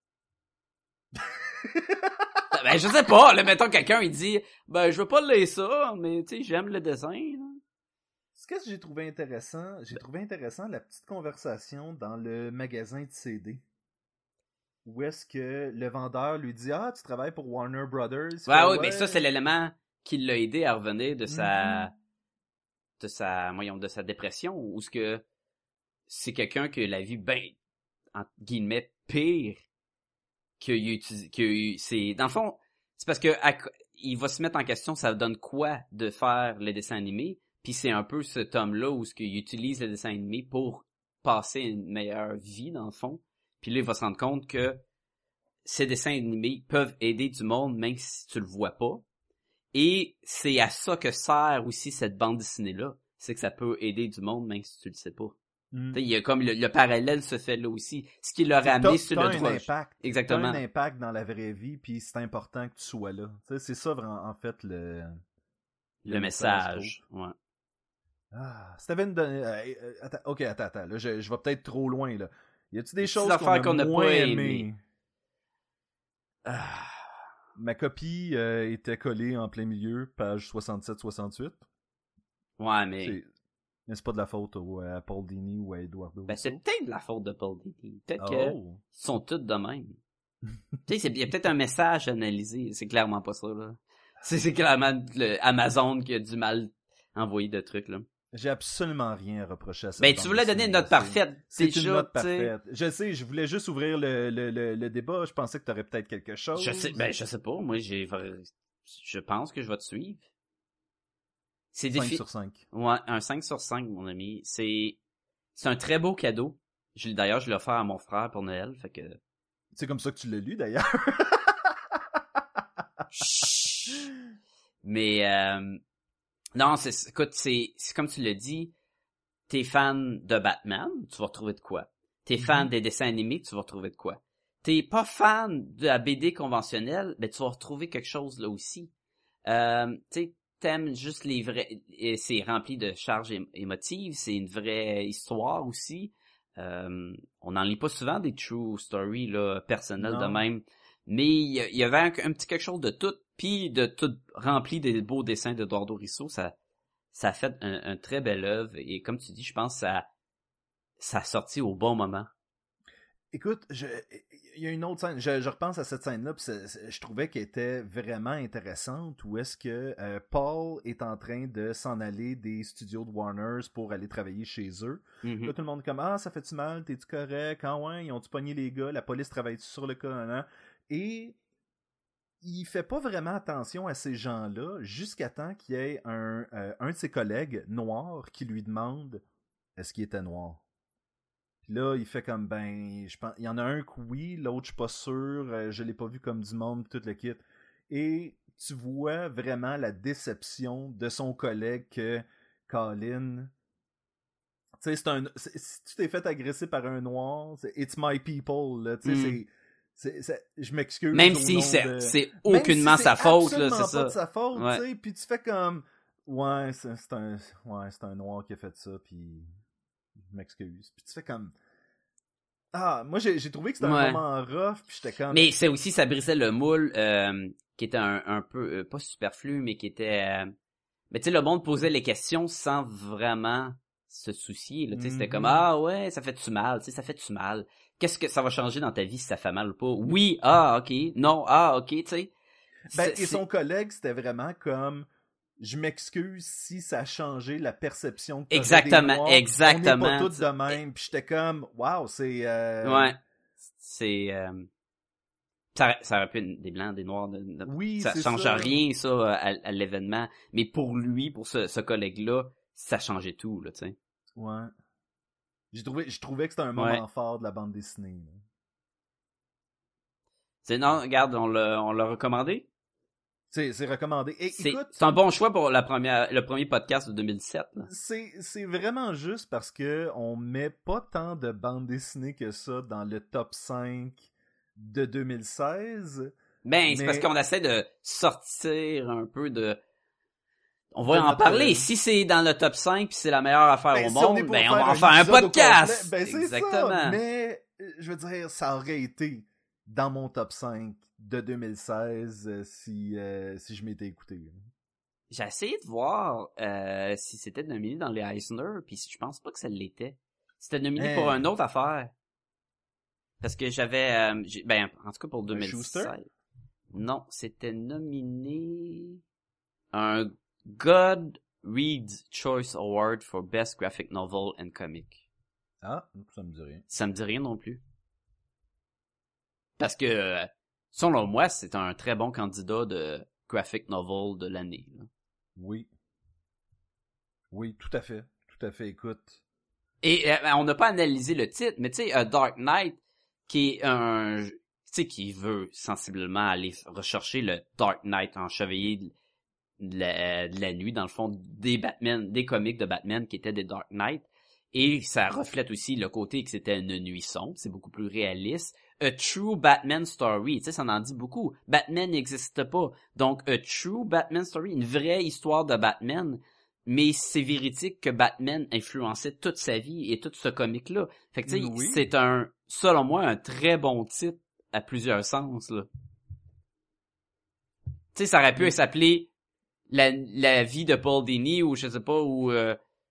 Ben, je sais pas, là, mettons que quelqu'un, il dit, ben, je veux pas lire ça, mais, tu sais, j'aime le dessin, là.
Ce que j'ai trouvé intéressant, j'ai trouvé intéressant la petite conversation dans le magasin de C D. Où est-ce que le vendeur lui dit « Ah, tu travailles pour Warner Brothers? »
Ouais,
fait,
oui, mais ça, c'est l'élément qui l'a aidé à revenir de sa,
Mhm.
de sa, voyons, de sa dépression, ou ce que c'est quelqu'un que la vie, ben, entre guillemets, pire, qu'il utilise, que c'est, dans le fond, c'est parce que, à, il va se mettre en question, ça donne quoi de faire le dessin animé, puis c'est un peu ce tome-là où ce qu'il utilise le dessin animé pour passer une meilleure vie, dans le fond. Puis là, il va se rendre compte que ces dessins animés peuvent aider du monde, même si tu le vois pas. Et c'est à ça que sert aussi cette bande dessinée-là. C'est que ça peut aider du monde, même si tu le sais pas.
Mm.
Il y a comme le, le parallèle se fait là aussi. Ce qui leur a
T'as,
amené sur
t'as
le
un
droit.
impact.
Exactement.
T'as un impact dans la vraie vie, puis c'est important que tu sois là. T'sais, c'est ça, en fait, le...
Le,
le
message.
message,
ouais.
Ah, si t'avais une donnée... euh, euh, attends, ok, attends, attends. Là, je, je vais peut-être trop loin, là. Y a-tu des,
Des
choses
petites
qu'on a,
affaires qu'on n'a
moins
pas
aimées?
aimées. Ah.
Ma copie euh, était collée en plein milieu, page soixante-sept soixante-huit.
Ouais, mais...
C'est... Mais c'est pas de la faute au, à Paul Dini ou à Eduardo
Ben, c'est
Russo.
peut-être de la faute de Paul Dini. Peut-être
Oh.
qu'ils sont tous de même. Tu sais, il y a peut-être un message à analyser. C'est clairement pas ça, là. C'est, c'est clairement le Amazon qui a du mal à envoyer de trucs, là.
J'ai absolument rien à reprocher à ça.
Ben, tu voulais donner une note parfaite.
C'est
déjà,
une note
tu sais.
parfaite. Je sais, je voulais juste ouvrir le, le, le, le débat. Je pensais que t'aurais peut-être quelque chose.
Je sais, ben, je sais pas. Moi, j'ai, je pense que je vais te suivre. C'est
cinq
défi...
sur cinq.
Ouais, un cinq sur cinq, mon ami. C'est, c'est un très beau cadeau. Je, d'ailleurs, je l'ai offert à mon frère pour Noël, fait que...
C'est comme ça que tu l'as lu, d'ailleurs.
Mais, euh, non, c'est, écoute, c'est, c'est comme tu l'as dit, t'es fan de Batman, tu vas retrouver de quoi. T'es fan
Mm-hmm.
des dessins animés, tu vas retrouver de quoi. T'es pas fan de la B D conventionnelle, ben tu vas retrouver quelque chose là aussi. Euh, tu sais, t'aimes juste les vrais... Et c'est rempli de charges ém- émotives, c'est une vraie histoire aussi. Euh, on n'en lit pas souvent des true stories là, personnelles
Non.
de même. Mais il y, y avait un, un petit quelque chose de tout, puis de tout rempli des beaux dessins d'Eduardo Risso, ça, ça a fait un, un très bel œuvre. Et comme tu dis, je pense que ça, ça a sorti au bon moment.
Écoute, je, il y a une autre scène. Je, je repense à cette scène-là, puis c'est, c'est, je trouvais qu'elle était vraiment intéressante. Où est-ce que euh, Paul est en train de s'en aller des studios de Warners pour aller travailler chez eux.
Mm-hmm.
Là, tout le monde est comme ah, ça fait-tu mal, t'es-tu correct, ah ouais, ils ont-tu pogné les gars, la police travaille sur le cas, hein? Et il fait pas vraiment attention à ces gens-là jusqu'à temps qu'il y ait un, euh, un de ses collègues noirs qui lui demande est-ce qu'il était noir. Puis là, il fait comme, ben, je pense, il y en a un que oui, l'autre, je suis pas sûr, euh, je l'ai pas vu comme du monde, tout le kit. Et tu vois vraiment la déception de son collègue que Colin. Tu sais, c'est un. C'est, si tu t'es fait agresser par un noir, c'est It's my people, là. Tu sais,
Mm.
c'est. C'est, c'est, je m'excuse.
Même
au
si
nom
c'est,
de...
c'est
Même
aucunement
si
sa
c'est
faute, là,
absolument
c'est
pas
ça.
de sa faute,
Ouais.
tu sais. Puis tu fais comme. Ouais, c'est, c'est un. Ouais, c'est un noir qui a fait ça, puis. Je m'excuse. Puis tu fais comme. Ah, moi j'ai, j'ai trouvé que c'était
Ouais.
un moment rough, puis j'étais comme.
Mais c'est aussi, ça brisait le moule, euh, qui était un, un peu, euh, pas superflu, mais qui était... Euh... Mais tu sais, le monde posait les questions sans vraiment se soucier, là, tu sais, c'était
Mm-hmm.
comme, ah ouais, ça fait-tu mal, tu sais, ça fait-tu mal? Qu'est-ce que ça va changer dans ta vie si ça fait mal ou pas? Oui, ah, ok, non, ah, ok, tu sais.
Ben,
C'est-
et
c'est-
son collègue, c'était vraiment comme, je m'excuse si ça a changé la perception que t'aurais des
Exactement,
Noirs. On n'est
exactement.
pas tous
tu
de
sais.
même. Puis j'étais comme, wow, c'est... euh,
Ouais, c'est... euh, Ça, aurait- ça aurait pu être des blancs, des noirs, de, de-
Oui,
ça
c'est
change
ça.
rien, ça, à, à l'événement. Mais pour lui, pour ce, ce collègue-là, ça changeait tout, là, tu sais.
Ouais. J'ai trouvé, je trouvais que c'était un
Ouais.
moment fort de la bande dessinée. là.
C'est, non, regarde, on l'a, on l'a recommandé.
C'est, c'est recommandé. Et
C'est,
écoute,
c'est un bon choix pour la première, le premier podcast de deux mille dix-sept, là.
c'est, c'est vraiment juste parce que on met pas tant de bandes dessinées que ça dans le top cinq de deux mille seize.
Ben,
Mais-
c'est parce qu'on essaie de sortir un peu de... On va
De
en
notre-
parler. Si c'est dans le top cinq puis c'est la meilleure affaire
Ben,
au
si on est
monde,
pour
ben,
faire
on va en
un
faire un
épisode au
podcast!
complet, ben, c'est
Exactement.
ça. Mais, euh, je veux dire, ça aurait été dans mon top cinq de deux mille seize euh, si, euh, si je m'étais écouté.
J'ai essayé de voir euh, si c'était nominé dans les Eisner, puis je pense pas que ça l'était. C'était nominé
Hein.
pour une autre affaire. Parce que j'avais... euh, j'ai- ben, en tout cas pour deux mille seize.
Schuster?
Non, c'était nominé... Un God Reads Choice Award for Best Graphic Novel and Comic.
Ah, ça me dit rien.
Ça me dit rien non plus. Parce que, euh, selon moi, c'est un très bon candidat de graphic novel de l'année, là.
Oui. Oui, tout à fait. Tout à fait, écoute.
Et euh, on n'a pas analysé le titre, mais tu sais, A Dark Knight, qui est un... Tu sais, qui veut sensiblement aller rechercher le Dark Knight en chevalier de de la, de la nuit, dans le fond, des Batman, des comics de Batman qui étaient des Dark Knight. Et ça reflète aussi le côté que c'était une nuit sombre, c'est beaucoup plus réaliste. A True Batman Story, tu sais, ça en dit beaucoup. Batman n'existe pas. Donc, A True Batman Story, une vraie histoire de Batman, mais c'est véridique que Batman influençait toute sa vie et tout ce comic-là. Fait que, tu sais,
Oui.
c'est un, selon moi, un très bon titre à plusieurs sens, là. Tu sais, ça aurait pu
Oui.
s'appeler la, la vie de Paul Dini ou je sais pas, ou... Euh...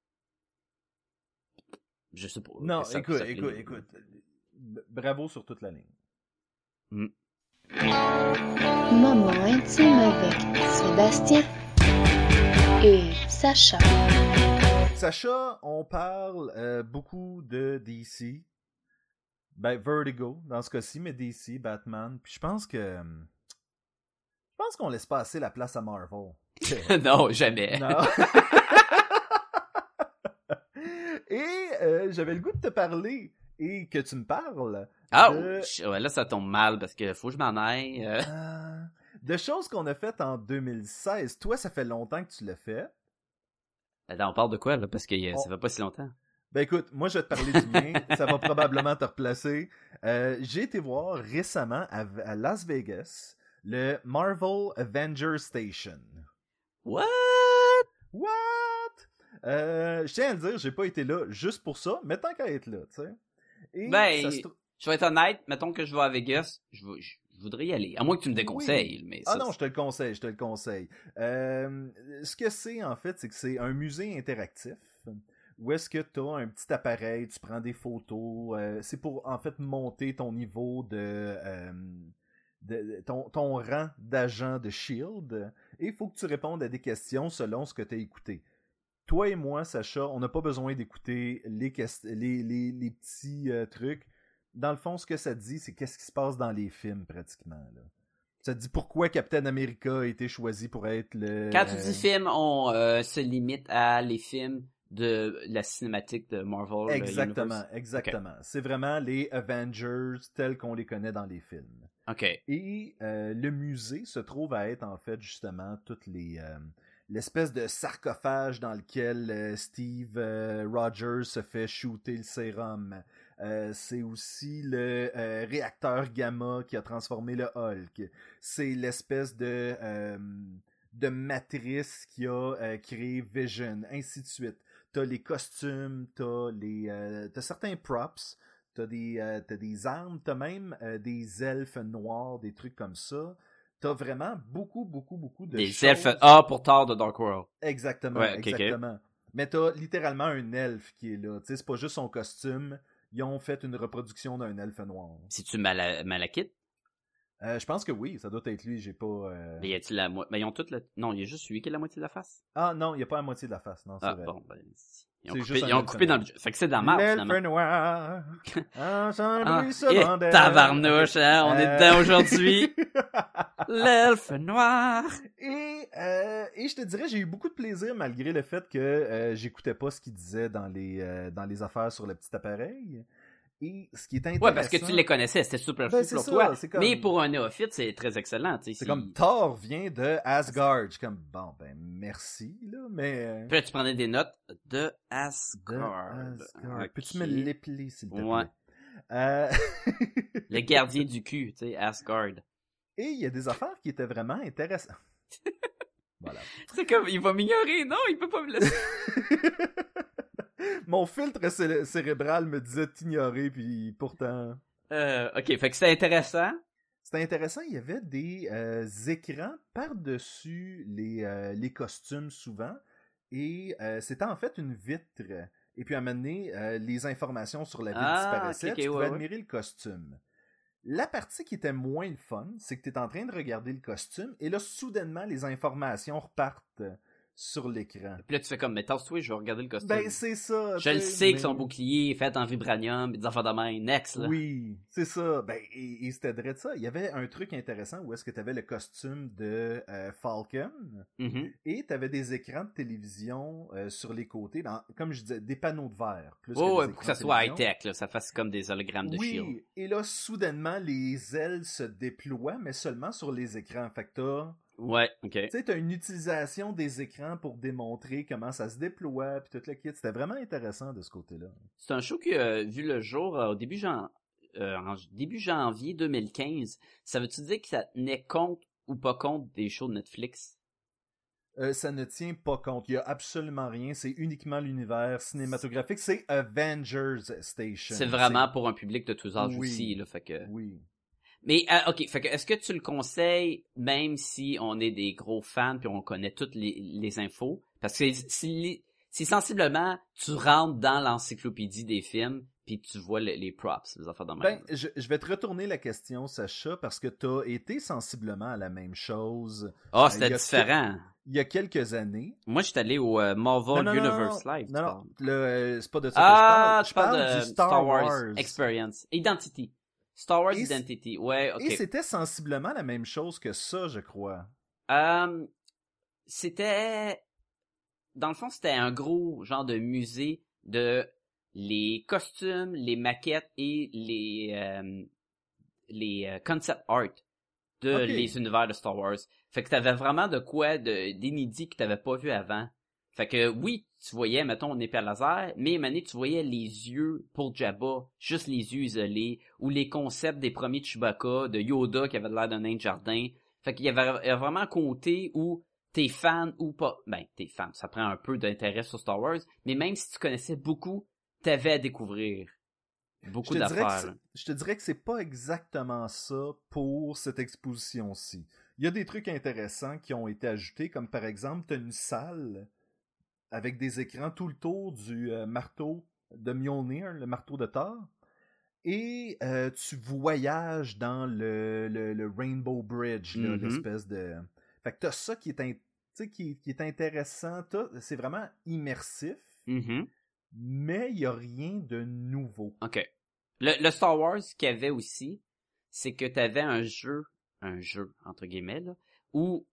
Je sais pas.
Non,
que ça peut
écoute,
s'appeler.
écoute, écoute. B- Bravo sur toute la ligne.
Mm.
Moment intime avec Sébastien et Sacha.
Sacha, on parle euh, beaucoup de D C. Ben, Vertigo, dans ce cas-ci, mais D C, Batman. Puis je pense que... euh, Je pense qu'on laisse pas assez la place à Marvel.
Non, jamais.
Non. Et euh, j'avais le goût de te parler et que tu me parles
Ah,
de,
je- ouais, là, ça tombe mal parce que faut que je m'en aille. euh.
euh, de choses qu'on a faites en deux mille seize. Toi, ça fait longtemps que tu l'as fait.
Attends, on parle de quoi, là? Parce que euh,
On-
ça fait pas si longtemps.
Ben écoute, moi je vais te parler du mien. Ça va probablement te replacer. Euh, j'ai été voir récemment à, à Las Vegas le Marvel Avengers Station.
What?
What? Euh, je tiens à le dire, j'ai pas été là juste pour ça, mais tant qu'à être là, tu sais. Et
Ben,
ça se trou-
Je vais être honnête, mettons que je vais à Vegas, je, veux- je, je voudrais y aller. À moins que tu me déconseilles, mais
Ah
ça,
non, je te le conseille, je te le conseille. Euh, ce que c'est, en fait, c'est que c'est un musée interactif où est-ce que tu as un petit appareil, tu prends des photos. Euh, c'est pour, en fait, monter ton niveau de... euh, de, de- ton, ton rang d'agent de S H I E L D. Et il faut que tu répondes à des questions selon ce que tu as écouté. Toi et moi, Sacha, on n'a pas besoin d'écouter les, quest- les, les, les petits euh, trucs. Dans le fond, ce que ça dit, c'est qu'est-ce qui se passe dans les films, pratiquement. Là. Ça dit pourquoi Captain America a été choisi pour être le...
Quand tu dis film, on euh, se limite à les films de la cinématique de Marvel. euh,
Exactement,
Universe.
exactement. C'est vraiment les Avengers tels qu'on les connaît dans les films.
OK.
Et euh, le musée se trouve à être, en fait, justement, toutes les... euh, l'espèce de sarcophage dans lequel euh, Steve euh, Rogers se fait shooter le sérum. Euh, c'est aussi le euh, réacteur gamma qui a transformé le Hulk. C'est l'espèce de, euh, de matrice qui a euh, créé Vision, ainsi de suite. T'as les costumes, t'as, les, euh, t'as certains props, t'as des, euh, t'as des armes, t'as même euh, des elfes noirs, des trucs comme ça. T'as vraiment beaucoup, beaucoup, beaucoup de
Des
choses.
elfes A pour Thor de Dark World.
Exactement,
Ouais, ok,
exactement. Mais t'as littéralement un elfe qui est là. Tu sais, c'est pas juste son costume. Ils ont fait une reproduction d'un elfe noir.
C'est-tu Mala- Malakith?
Euh, je pense que oui, ça doit être lui. J'ai pas. Euh...
Mais y a-t-il la moitié? Ben, ils ont toute la... Non, il y a juste lui qui a la moitié de la face.
Ah non, il y a pas la moitié de la face. Non, c'est
Ah,
vrai.
bon, ben. Ils ont
C'est
coupé,
juste un
ils ont
elfe
coupé dans
noir.
le... Fait que c'est dans la marde,
L'elfe
finalement.
noir.
Ah,
Ensemble,
et
secondaire.
tabarnouche, hein, on est
Euh,
dedans aujourd'hui. L'elfe noir.
Et, euh, et je te dirais, j'ai eu beaucoup de plaisir malgré le fait que euh, j'écoutais pas ce qu'il disait dans les, euh, dans les affaires sur le petit appareil. Et ce qui est intéressant...
Ouais, parce que tu les connaissais, c'était super
Ben,
fou
c'est
pour
ça,
toi.
c'est comme-
Mais pour un néophyte, c'est très excellent, tu sais.
C'est
si-
comme Thor vient de Asgard. Je suis comme, bon, ben merci, là, mais... euh,
Puis là, tu prenais des notes de
de
Asgard.
Asgard.
Ok.
Peux-tu me l'épeler, s'il te plaît?
Ouais.
Euh,
Le gardien du cul, tu sais, Asgard.
Et il y a des affaires qui étaient vraiment intéressantes. Voilà.
C'est comme, il va m'ignorer, non, il peut pas me laisser.
Mon filtre cé- cérébral me disait t'ignorer, puis pourtant...
Euh, ok, fait que c'était intéressant.
C'était intéressant, il y avait des euh, écrans par-dessus les, euh, les costumes souvent, et euh, c'était en fait une vitre. Et puis à un moment donné, euh, les informations sur la vitre
Ah,
disparaissaient,
ok, ok,
tu pouvais
ouais, ouais.
admirer le costume. La partie qui était moins le fun, c'est que tu es en train de regarder le costume, et là, soudainement, les informations repartent sur l'écran.
Puis là, tu fais comme, mais tasse-toi, je vais regarder le costume.
Ben, c'est ça.
je le
tu
sais que
mais-
son bouclier est fait en vibranium, et des enfants de main, next, là.
Oui, c'est ça. Ben, et, et c'était vrai de ça. Il y avait un truc intéressant où est-ce que tu avais le costume de euh, Falcon
Mhm.
et tu avais des écrans de télévision euh, sur les côtés. Ben, comme je disais, des panneaux de verre. Plus
Oh,
que
ouais,
des
pour que ça
écrans de
soit
télévision.
high-tech, là, ça fasse comme des hologrammes de Shield.
Oui, et là, soudainement, les ailes se déploient, mais seulement sur les écrans. Fait que t'as...
Ouais, ok.
Tu sais, t'as une utilisation des écrans pour démontrer comment ça se déploie, puis tout le kit. C'était vraiment intéressant de ce côté-là.
C'est un show qui a vu le jour euh, au début, jan... euh, en début janvier deux mille quinze. Ça veut-tu dire que ça tenait compte ou pas compte des shows de Netflix?
Euh, ça ne tient pas compte. Il n'y a absolument rien. C'est uniquement l'univers cinématographique. C'est Avengers Station.
C'est vraiment pour un public de tous âges
Oui.
aussi, là, fait que...
Oui.
Mais, euh, ok, fait que est-ce que tu le conseilles, même si on est des gros fans puis on connaît toutes les, les infos? Parce que si, si sensiblement, tu rentres dans l'encyclopédie des films puis tu vois le- les props, les affaires de même.
Ben, je, je vais te retourner la question, Sacha, parce que tu as été sensiblement à la même chose
Ah,
euh,
c'était
il y a
différent.
il y a quelques années.
Moi, je suis allé au euh, Marvel
Non, non, non,
Universe
non,
Live. tu
non,
parles.
non, le, euh, c'est pas de ça
Ah,
que
tu
je parle.
parles
Je
de
parle du Star, Wars.
Experience. Identity. Star Wars
Et c-
Identity. Ouais, ok.
Et c'était sensiblement la même chose que ça, je crois.
Euh, c'était... Dans le fond, c'était un gros genre de musée de les costumes, les maquettes et les euh, les euh, concept art de
Ok.
les univers de Star Wars. Fait que t'avais vraiment de quoi de d'inédit que t'avais pas vu avant. Fait que oui, tu voyais, mettons, une épée à laser, mais Mané, tu voyais les yeux pour Jabba, juste les yeux isolés, ou les concepts des premiers Chewbacca, de Yoda qui avait l'air d'un nain de jardin. Fait qu'il y avait, il y avait vraiment un côté où t'es fan ou pas. Ben, t'es fan, ça prend un peu d'intérêt sur Star Wars, mais même si tu connaissais beaucoup, t'avais à découvrir beaucoup
Je te, dirais que
d'affaires.
c'est-
là.
je te dirais que c'est pas exactement ça pour cette exposition-ci. Il y a des trucs intéressants qui ont été ajoutés, comme par exemple, tu as une salle avec des écrans tout le tour du euh, marteau de Mjolnir, le marteau de Thor, et euh, tu voyages dans le, le, le Rainbow Bridge, là,
Mhm.
l'espèce de... Fait que t'as ça qui est, in- tu sais, qui, qui est intéressant, t'as- c'est vraiment immersif,
Mhm.
mais il y a rien de nouveau.
OK. Le, le Star Wars qu'il y avait aussi, c'est que t'avais un jeu, un jeu, entre guillemets, là, où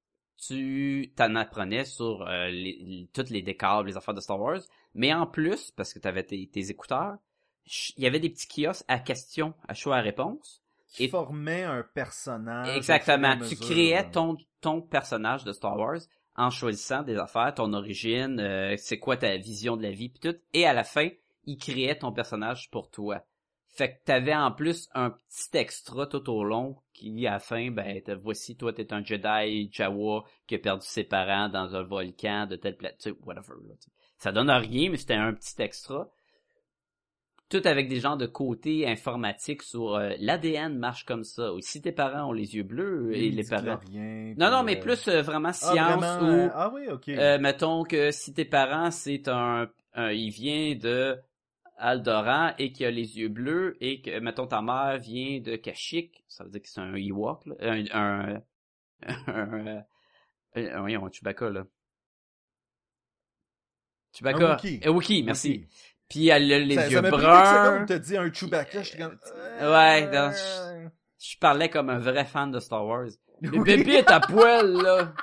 tu t'en apprenais sur euh, les, les- toutes les décors, les affaires de Star Wars, mais en plus, parce que t'avais tes, tes écouteurs, ch- il y avait des petits kiosques à questions, à choix à réponse.
Qui
Et-
formait un personnage.
Exactement.
au fur et à
Tu
mesure,
créais
là.
ton, ton personnage de Star Wars en choisissant des affaires, ton origine, euh, c'est quoi ta vision de la vie, pis tout. Et à la fin, il créait ton personnage pour toi. Fait que t'avais en plus un petit extra tout au long qui, à la fin, ben, te- voici, toi, t'es un Jedi Jawa qui a perdu ses parents dans un volcan de telle planète, tu sais, whatever. Là, tu sais. Ça donne rien, mais c'était un petit extra. tout avec des genres de côté informatiques sur euh, l'A D N marche comme ça. Ou si tes parents ont les yeux bleus et les parents...
Rien,
Non, non,
puis,
mais
euh,
plus euh, vraiment
Ah,
science
vraiment,
ou...
euh, Ah oui, ok.
Euh, mettons que si tes parents, c'est un, un il vient de Aldoran et qui a les yeux bleus et que, mettons, ta mère vient de Kashyyyk, ça veut dire que c'est un Ewok, là, un, un, un, un, un, voyons, un Chewbacca, là. Chewbacca.
Un Wookiee.
Un Wookiee, merci.
Wookiee.
Puis elle a les
ça,
yeux
ça m'a pris quelques secondes
bruns.
de te dire un Chewbacca, j'étais comme...
Ouais, non, je, je parlais comme un vrai fan de Star Wars. Le
Oui.
bébé est à poil, là.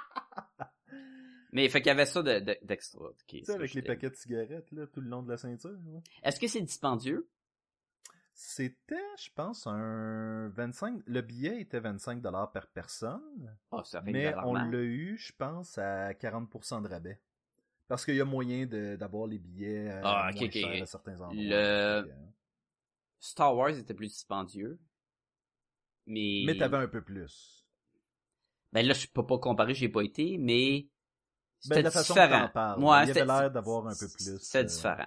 Mais fait qu'il y avait ça de, de, d'extra. Okay,
Tu sais, avec
je
les
t'ai-
paquets de cigarettes, là, tout le long de la ceinture. là.
Est-ce que c'est dispendieux?
C'était, je pense, un vingt-cinq... Le billet était vingt-cinq dollars par personne,
Oh, ça fait
mais
une valeur
on
mal.
l'a eu, je pense, à quarante pour cent de rabais. Parce qu'il y a moyen de, d'avoir les billets euh,
Ah, ok,
moins
ok.
chers à certains endroits.
Le-
Fait que, euh,
Star Wars était plus dispendieux. Mais...
Mais t'avais un peu plus.
Ben là, je peux pas comparer, j'ai pas été, mais...
Ben,
C'était
de la façon que
différent.
t'en parles,
Ouais,
il y avait
c'était-
l'air d'avoir un peu plus.
C'était
euh,
différent.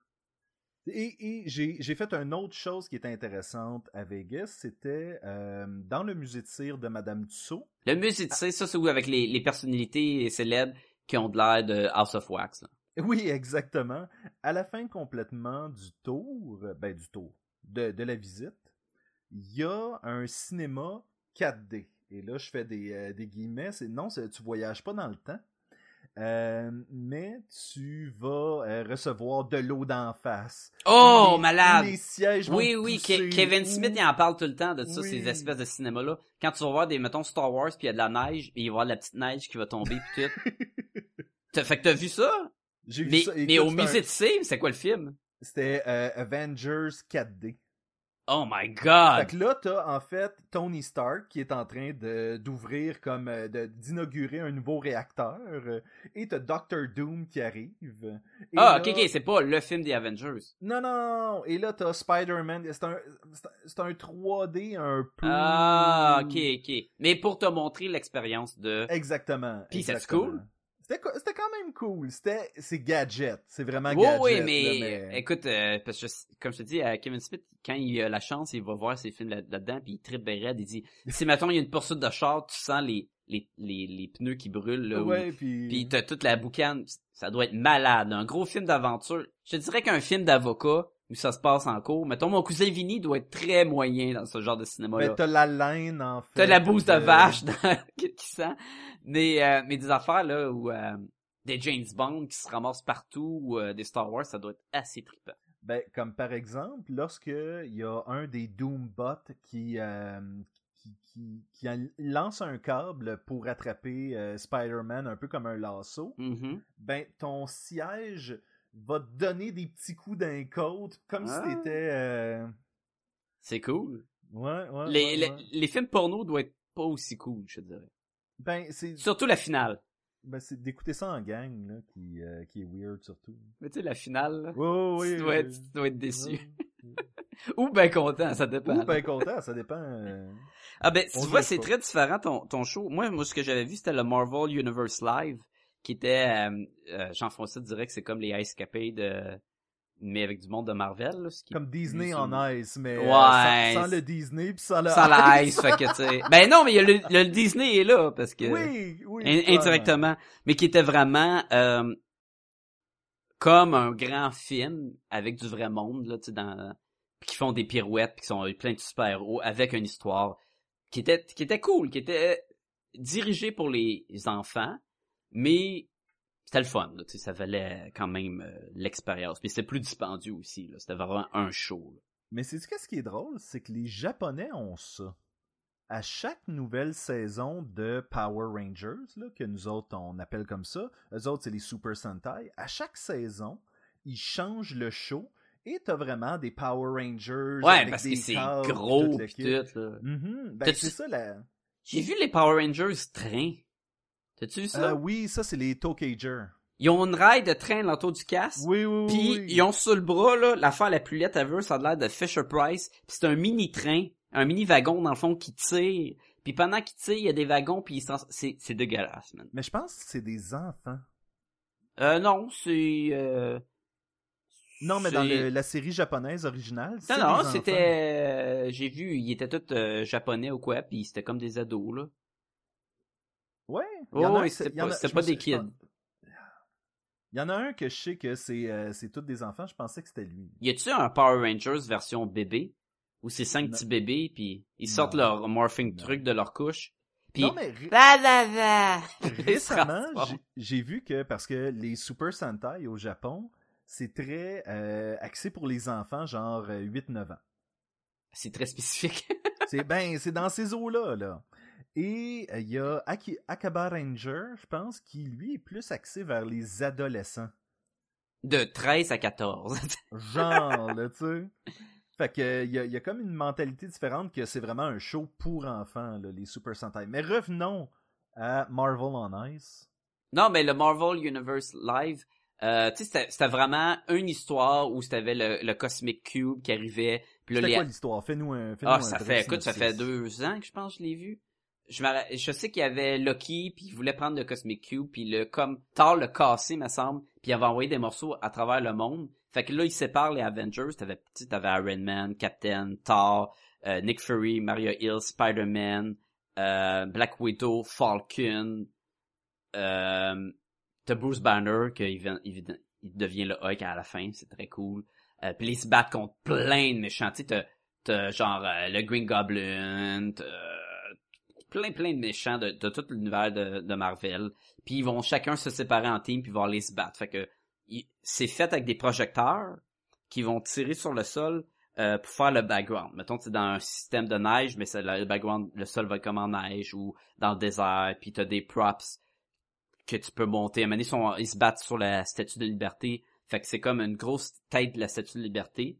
Et, et j'ai, j'ai fait une autre chose qui était intéressante à Vegas, c'était euh, dans le musée de cire de Madame Tussaud.
Le musée, tu sais, ça, c'est où avec les, les personnalités célèbres qui ont de l'air de House of Wax, là.
Oui, exactement. À la fin complètement du tour, ben du tour, de, de la visite, il y a un cinéma quatre D. Et là, je fais des, euh, des guillemets. C'est, non, c'est, tu voyages pas dans le temps, euh, mais tu vas euh, recevoir de l'eau d'en face.
Oh,
Où les-
malade!
où les sièges vont
Oui,
te
oui,
pousser,
Ke- Kevin
où-
Smith, il en parle tout le temps de ça,
Oui.
ces espèces de cinéma-là. Quand tu vas voir des, mettons, Star Wars, puis il y a de la neige, puis il va y avoir de la petite neige qui va tomber, puis tout. T'as- fait que t'as vu ça?
J'ai vu
Mais,
ça.
mais
Écoute,
au
c'est un-
musée de Cire, c'est quoi le film?
C'était euh, Avengers quatre D.
Oh my
Fait
god!
que là, t'as en fait Tony Stark qui est en train de d'ouvrir comme euh, de, d'inaugurer un nouveau réacteur euh, et t'as Doctor Doom qui arrive. Et
Ah,
là-
ok, ok, c'est pas le film des Avengers.
Non, non, et là t'as Spider-Man. C'est un, c'est un- c'est un trois D un peu.
Ah, ok, ok. Mais pour te montrer l'expérience de...
Exactement.
Puis, c'est
exactement.
cool?
C'était, co- c'était quand même cool. C'était, c'est gadget. C'est vraiment
Oui,
gadget.
oui,
là,
mais,
mais...
écoute, euh, parce que, je- comme je te dis, à Kevin Smith, quand il a la chance, il va voir ses films là- là-dedans, puis il trippe bien raide, il dit, si, mettons, il y a une poursuite de char, tu sens les, les, les, les pneus qui brûlent, là, ou-
Ouais, puis...
puis t'as toute la boucane, ça doit être malade, un gros film d'aventure. Je te dirais qu'un film d'avocat, où ça se passe en cours, mettons, mon cousin Vinny doit être très moyen dans ce genre de cinéma-là.
Ben, t'as la laine, en fait.
T'as la bouse de
euh,
vache dans qui sent. Mais, euh, mais des affaires, là, où, euh, des James Bond qui se ramassent partout, ou euh, des Star Wars, ça doit être assez trippant.
Ben, comme par exemple, lorsque il y a un des Doombots qui, euh, qui, qui, qui a- lance un câble pour attraper euh, Spider-Man un peu comme un lasso,
Mhm.
ben, ton siège va te donner des petits coups d'un côte, comme
Ah.
si t'étais... euh,
C'est cool.
Ouais, ouais,
Les,
ouais,
les,
ouais.
les films porno doivent être pas aussi cool, je te dirais.
Ben, c'est...
Surtout la finale.
Ben, c'est d'écouter ça en gang, là, qui, euh, qui est weird, surtout.
Mais tu sais, la finale, là,
Ouais, ouais,
tu, dois
ouais.
être, tu dois être déçu.
Ouais.
Ou ben content, ça dépend.
Ou ben content, ça dépend... euh,
Ah ben, tu
On
vois,
juge
c'est
pas.
très différent ton, ton show. Moi, moi, ce que j'avais vu, c'était le Marvel Universe Live, qui était, euh, euh, Jean-François dirait que c'est comme les Ice Capades, euh, mais avec du monde de Marvel, là, ce qui est
Comme Disney
plus,
en
euh,
ice, mais euh,
Ouais,
sans, sans
c'est-
le Disney pis sans le
sans la ice, fait que tu sais. Ben non, mais il y a le, le Disney est là, parce que...
Oui, oui.
In-
clairement.
indirectement, mais qui était vraiment euh, comme un grand film avec du vrai monde là, tu sais, dans puis qui font des pirouettes, puis qui sont plein de super-héros avec une histoire qui était qui était cool, qui était dirigée pour les enfants, mais c'était le fun, là, tu sais, ça valait quand même euh, l'expérience. Puis c'était plus dispendieux aussi, là, c'était vraiment un show. Là.
Mais c'est ce qui est drôle, c'est que les Japonais ont ça. À chaque nouvelle saison de Power Rangers, là, que nous autres on appelle comme ça, eux autres c'est les Super Sentai, à chaque saison, ils changent le show et t'as vraiment des Power Rangers
Ouais,
avec
parce
des
que c'est
câbles,
gros
tout le
pis
kit.
tout, là.
Mhm. Ben
T'as-tu-
c'est ça la...
J'ai vu les Power Rangers train. T'as-tu vu ça?
Euh, oui, ça c'est les Tokagers.
Ils ont une raille de train l'entour du casque.
Oui, oui,
Puis
oui.
ils ont sur le bras là l'affaire la plus laite ever, ça a l'air de Fisher Price. Puis c'est un mini train, un mini wagon dans le fond qui tire. Puis pendant qu'il tire, il y a des wagons puis ils s'en... c'est c'est dégueulasse, man.
Mais je pense que c'est des enfants.
Euh non, c'est euh...
Non, mais dans
C'est-
le- la série japonaise originale, c'est
Non, non,
des enfants.
c'était... euh, j'ai vu, ils étaient tous euh, japonais ou quoi, puis c'était comme des ados, là.
Ouais. Il
Oh,
y en a un,
oui,
c'est-
c'était
il y en
pas,
a-
c'était
je
pas
me
des
suis- je
kids.
pense- Il y en a un que je sais que c'est euh, c'est tous des enfants. Je pensais que c'était lui.
Y a-tu un Power Rangers version bébé? Où c'est cinq
Non.
petits bébés, puis ils
Non.
sortent leur morphing
Non.
truc de leur couche. Puis...
Non, mais ré-
Bah, bah, bah.
récemment,
Ils se
j'ai- j'ai vu que, parce que les Super Sentai au Japon, c'est très euh, axé pour les enfants, genre euh, huit neuf ans.
C'est très spécifique.
C'est ben, c'est dans ces eaux-là, là. Et il y a Aki- Akaba Ranger, je pense, qui lui est plus axé vers les adolescents.
De treize à quatorze.
Genre, là, tu sais. Fait que il y, a- y a comme une mentalité différente que c'est vraiment un show pour enfants, là, les Super Sentai. Mais revenons à Marvel on Ice.
Non, mais le Marvel Universe Live, euh, tu sais, c'était, c'était vraiment une histoire où c'était le, le Cosmic Cube qui arrivait. Puis là,
C'était
les...
quoi l'histoire? Fais-nous un fais-nous
Ah,
un
ça
bref
fait, écoute, ça fait
synopsis.
deux ans que je pense que je l'ai vu. Je, m'arr- je sais qu'il y avait Loki, puis il voulait prendre le Cosmic Cube, puis le comme Thor le cassé, me semble, puis il avait envoyé des morceaux à travers le monde. Fait que là, il sépare les Avengers. T'avais, tu sais, t'avais Iron Man, Captain, Thor, euh, Nick Fury, Maria Hill, Spider-Man, euh, Black Widow, Falcon, euh, t'as Bruce Banner, qu'il vient- il, vient- il devient le Hulk à la fin, c'est très cool. Euh, puis ils se battent contre plein de méchants. Tu sais, t'as, t'as genre euh, le Green Goblin, t'as plein plein de méchants de, de tout l'univers de, de Marvel. Puis ils vont chacun se séparer en team puis vont aller se battre. Fait que il- c'est fait avec des projecteurs qui vont tirer sur le sol euh, pour faire le background. Mettons, c'est dans un système de neige, mais c'est le le background, le sol va être comme en neige ou dans le désert. Puis t'as des props que tu peux monter. À un moment donné, ils, sont- ils se battent sur la Statue de Liberté. Fait que c'est comme une grosse tête de la Statue de Liberté.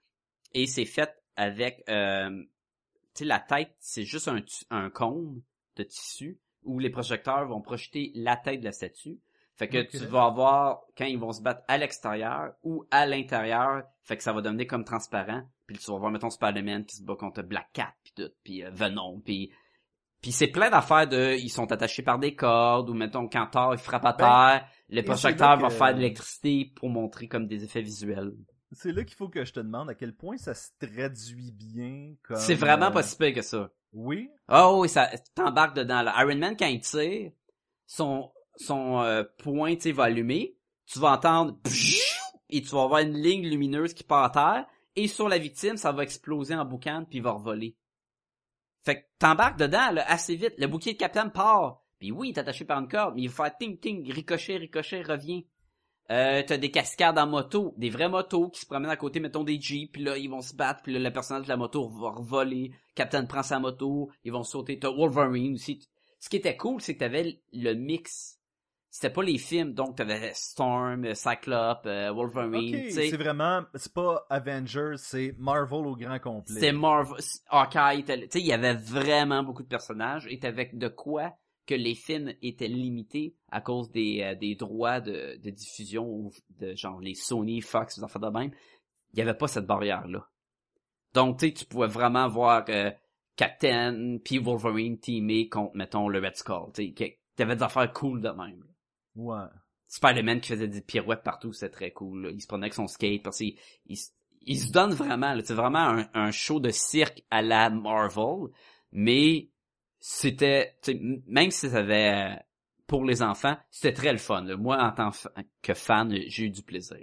Et c'est fait avec... Euh, tu sais, la tête, c'est juste un, tu- un cône de tissu où les projecteurs vont projeter la tête de la statue. Fait que
Ok.
tu vas avoir, quand ils vont se battre à l'extérieur ou à l'intérieur, fait que ça va devenir comme transparent. Puis tu vas voir, mettons, Spider-Man qui se bat contre Black Cat, puis tout, puis euh, Venom, puis... Puis c'est plein d'affaires de... Ils sont attachés par des cordes, ou mettons, quand Thor, il frappe à
Ben,
terre, le
et c'est
projecteur
là
va
que-
faire de l'électricité pour montrer comme des effets visuels.
C'est là qu'il faut que je te demande à quel point ça se traduit bien comme...
C'est vraiment
euh,
pas si pire que ça.
Oui?
Oh oui, ça t'embarques dedans là. Iron Man, quand il tire, son son euh, point, tu sais, va allumer. Tu vas entendre pshhh, et tu vas avoir une ligne lumineuse qui part à terre. Et sur la victime, ça va exploser en boucan puis il va revoler. Fait que t'embarques dedans là, assez vite. Le bouclier de Captain part. Puis oui, il est attaché par une corde, mais il va faire ting ting, ricochet, ricochet, revient. Euh, t'as des cascades en moto, des vraies motos qui se promènent à côté, mettons des jeeps, puis là, ils vont se battre, puis là, le personnage de la moto va revoler, Captain prend sa moto, ils vont sauter, t'as Wolverine aussi. Ce qui était cool, c'est que t'avais le mix. C'était pas les films, donc t'avais Storm, Cyclope, euh, Wolverine,
Ok,
tu sais.
c'est vraiment... C'est pas Avengers, c'est Marvel au grand complet.
C'était Marvel, Hawkeye, t'as- tu sais, il y avait vraiment beaucoup de personnages, et t'avais de quoi que les films étaient limités à cause des, euh, des droits de, de diffusion, ou de genre les Sony, Fox, les enfants de même. Il n'y avait pas cette barrière-là. Donc, tu sais, tu pouvais vraiment voir euh, Captain puis Wolverine teamé contre, mettons, le Red Skull. Tu sais, t'avais des affaires cool de même.
Ouais.
Spider-Man qui faisait des pirouettes partout, c'était très cool. Là. Il se prenait avec son skate parce qu'il il, se- il se donne vraiment. C'est vraiment un, un show de cirque à la Marvel, mais c'était, tu sais, m- même si ça avait euh, pour les enfants, c'était très le fun. Là. Moi, en tant fa- que fan, j'ai eu du plaisir.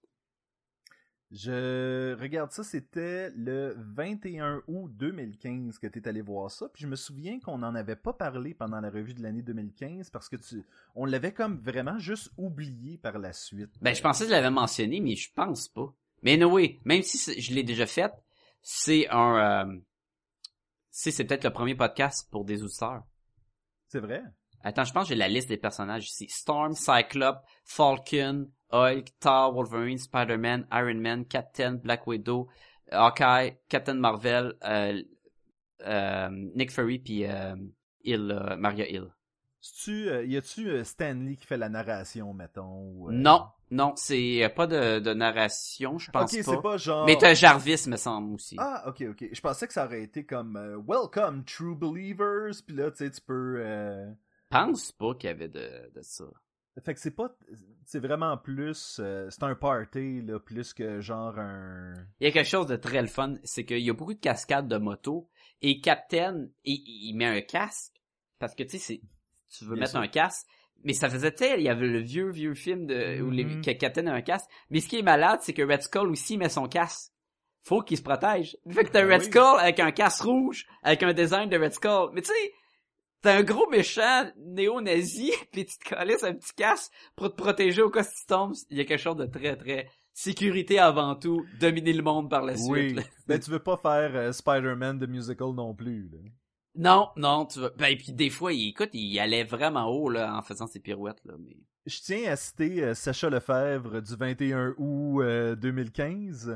Je regarde ça, c'était le vingt et un août deux mille quinze que tu es allé voir ça. Puis je me souviens qu'on n'en avait pas parlé pendant la revue de l'année deux mille quinze parce que tu, on l'avait comme vraiment juste oublié par la suite.
Ben, je pensais que je l'avais mentionné, mais je pense pas. Mais anyway, même si c'est- je l'ai déjà fait, c'est un... Euh, c'est, c'est peut-être le premier podcast pour des auditeurs.
C'est vrai?
Attends, je pense que j'ai la liste des personnages ici. Storm, Cyclope, Falcon, Hulk, Thor, Wolverine, Spider-Man, Iron Man, Captain, Black Widow, Hawkeye, Captain Marvel, euh, euh, Nick Fury, puis euh, Hill, euh, Maria Hill.
Tu, euh, y a-tu euh, Stanley qui fait la narration, mettons? Ou, euh...
Non, non, c'est pas de, de narration, je pense
Ok,
pas.
c'est pas genre...
Mais t'as Jarvis, me semble, aussi.
Ah, ok, ok. Je pensais que ça aurait été comme euh, Welcome, True Believers, puis là, tu sais, tu peux... Euh...
Je pense pas qu'il y avait de, de ça.
Fait que c'est pas... C'est vraiment plus... Euh, c'est un party, là, plus que genre un...
Il y a quelque chose de très le fun, c'est qu'il y a beaucoup de cascades de moto, et Captain, il, il met un casque, parce que tu sais, c'est, tu veux
Bien
mettre
sûr.
un casque, mais ça faisait, tu sais, il y avait le vieux, vieux film de, où les,
Mhm.
que Captain a un casque, mais ce qui est malade, c'est que Red Skull aussi met son casque. Faut qu'il se protège. Fait que t'as
Ben
Red
oui.
Skull avec un casque rouge, avec un design de Red Skull, mais tu sais, t'as un gros méchant néo-nazi, pis tu te calisses un petit casque pour te protéger au cas si tu tombes. Il y a quelque chose de très, très sécurité avant tout, dominer le monde par la suite.
Oui.
là.
Ben, tu veux pas faire euh, Spider-Man de musical non plus, là.
Non, non, tu veux... Ben, puis des fois, il, écoute, il allait vraiment haut, là, en faisant ses pirouettes, là, mais...
Je tiens à citer euh, Sacha Lefebvre du vingt et un août euh, deux mille quinze.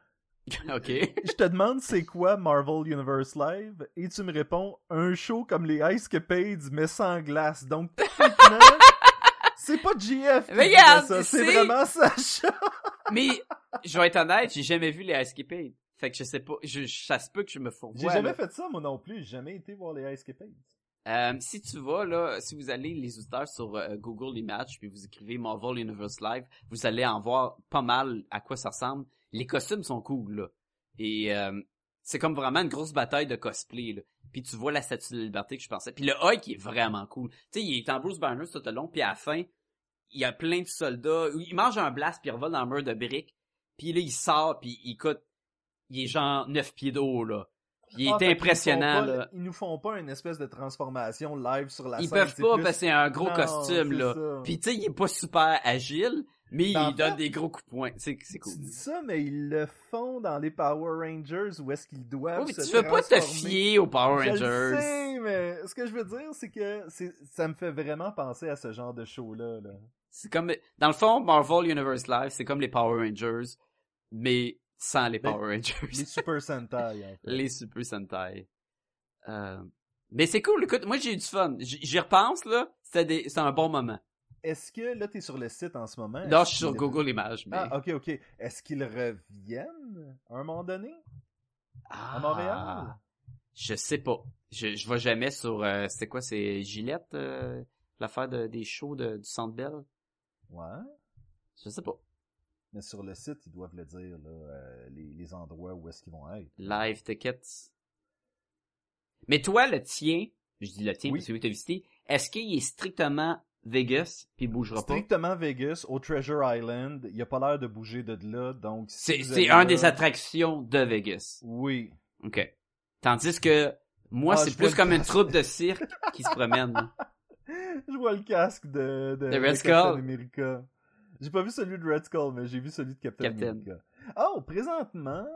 OK.
Je te demande c'est quoi Marvel Universe Live et tu me réponds un show comme les Ice Capades mais sans glace. Donc techniquement, c'est pas G F qui
Mais
dit
regarde,
ça, c'est
c'est-
vraiment Sacha.
Mais, je vais être honnête, j'ai jamais vu les Escapades. Fait que je sais pas, je, je- ça se peut que je me fourvoie.
J'ai jamais
là.
fait ça moi non plus, j'ai jamais été voir les Ice Capades.
Euh, si tu vas, là, si vous allez, les auditeurs, sur euh, Google Images, puis vous écrivez Marvel Universe Live, vous allez en voir pas mal à quoi ça ressemble. Les costumes sont cool, là. Et euh, c'est comme vraiment une grosse bataille de cosplay, là. Puis tu vois la Statue de la Liberté que je pensais. Puis le Hulk, il est vraiment cool. Tu sais, il est en Bruce Banner tout le long, puis à la fin, il y a plein de soldats. Il mange un blast, puis il revole dans le mur de briques. Puis là, il sort, puis il coûte... Il est genre neuf pieds d'eau, là. Puis il
Ah,
est
fait qu'ils
impressionnant,
nous font pas-
là.
Ils nous font pas une espèce de transformation live sur la
Ils
scène.
peuvent
c'est
pas
plus-
parce que c'est un gros
Non,
costume,
c'est
là.
ça.
Puis tu sais, il est pas super agile, mais
Ben, en
il donne
fait,
des gros coups de poing. C'est c'est cool.
Tu dis ça, mais ils le font dans les Power Rangers où est-ce qu'ils doivent
Oui, mais
se
tu veux pas te
transformer.
fier aux Power
Je
Rangers.
le sais, mais ce que je veux dire, c'est que c'est, ça me fait vraiment penser à ce genre de show-là. Là.
C'est comme, dans le fond, Marvel Universe Live, c'est comme les Power Rangers, mais sans les
Les-
Power Rangers.
Les Super Sentai, en fait.
Les Super Sentai. Euh... Mais c'est cool, écoute, moi j'ai eu du fun. J- J'y repense, là, c'était des... c'était un bon moment.
Est-ce que, là, t'es sur le site en ce moment?
Là,
Est-ce
je suis sur
qu'ils-
Google Images, mais...
Ah, ok, ok. Est-ce qu'ils reviennent à un moment donné?
Ah,
à Montréal?
Je sais pas. Je, je vais jamais sur... Euh, c'est quoi, c'est Gillette, euh, l'affaire de, des shows de, du Centre Bell?
Ouais.
Je sais pas.
Mais sur le site, ils doivent le dire, là, euh, les, les endroits où est-ce qu'ils vont être.
Live tickets. Mais toi, le tien, je dis le tien
Oui.
parce que celui que t'as visité, est-ce qu'il est strictement Vegas puis il bougera pas?
Strictement Vegas, au Treasure Island. Il a pas l'air de bouger de là, donc... si
C'est,
vous
c'est
allez
un
là-
des attractions de Vegas.
Oui.
OK. Tandis que moi,
Ah,
c'est
je
plus
vois
comme
le
une troupe de cirque qui se promène.
Je vois le casque de, de,
De Red Skull.
Captain America. J'ai pas vu celui de Red Skull, mais j'ai vu celui de Captain,
Captain.
America. Oh, présentement,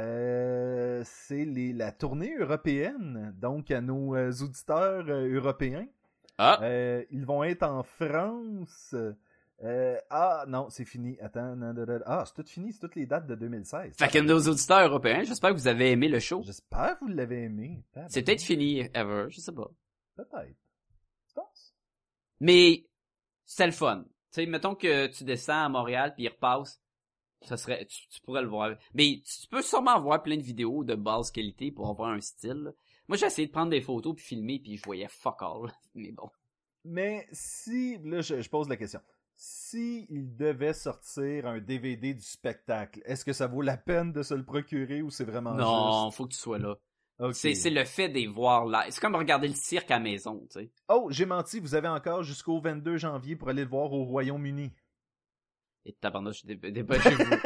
euh, c'est les, la tournée européenne. Donc, à nos euh, auditeurs euh, européens.
Ah!
Euh, ils vont être en France. Euh, ah, non, c'est fini. Attends. Non, non, non. Ah, c'est tout fini. C'est toutes les dates de deux mille seize.
Fait que nos auditeurs européens, j'espère que vous avez aimé le show.
J'espère que vous l'avez aimé.
C'est peut-être fini, ever, je sais pas.
Peut-être. Tu penses?
Mais, c'est le fun. Tu sais, mettons que tu descends à Montréal puis il repasse, ça serait, tu, tu pourrais le voir. Mais tu peux sûrement voir plein de vidéos de basse qualité pour avoir un style. là. Moi, j'ai essayé de prendre des photos puis filmer puis je voyais fuck all. Mais bon.
Mais si, là, je, je pose la question. Si il devait sortir un D V D du spectacle, est-ce que ça vaut la peine de se le procurer ou c'est vraiment
Non,
juste?
faut que tu sois là.
Ok.
C'est, c'est le fait de les voir là. C'est comme regarder le cirque à la maison, tu sais.
Oh, j'ai menti, vous avez encore jusqu'au vingt-deux janvier pour aller le voir au Royaume-Uni.
Et tabarnouche, des, des pas chez vous.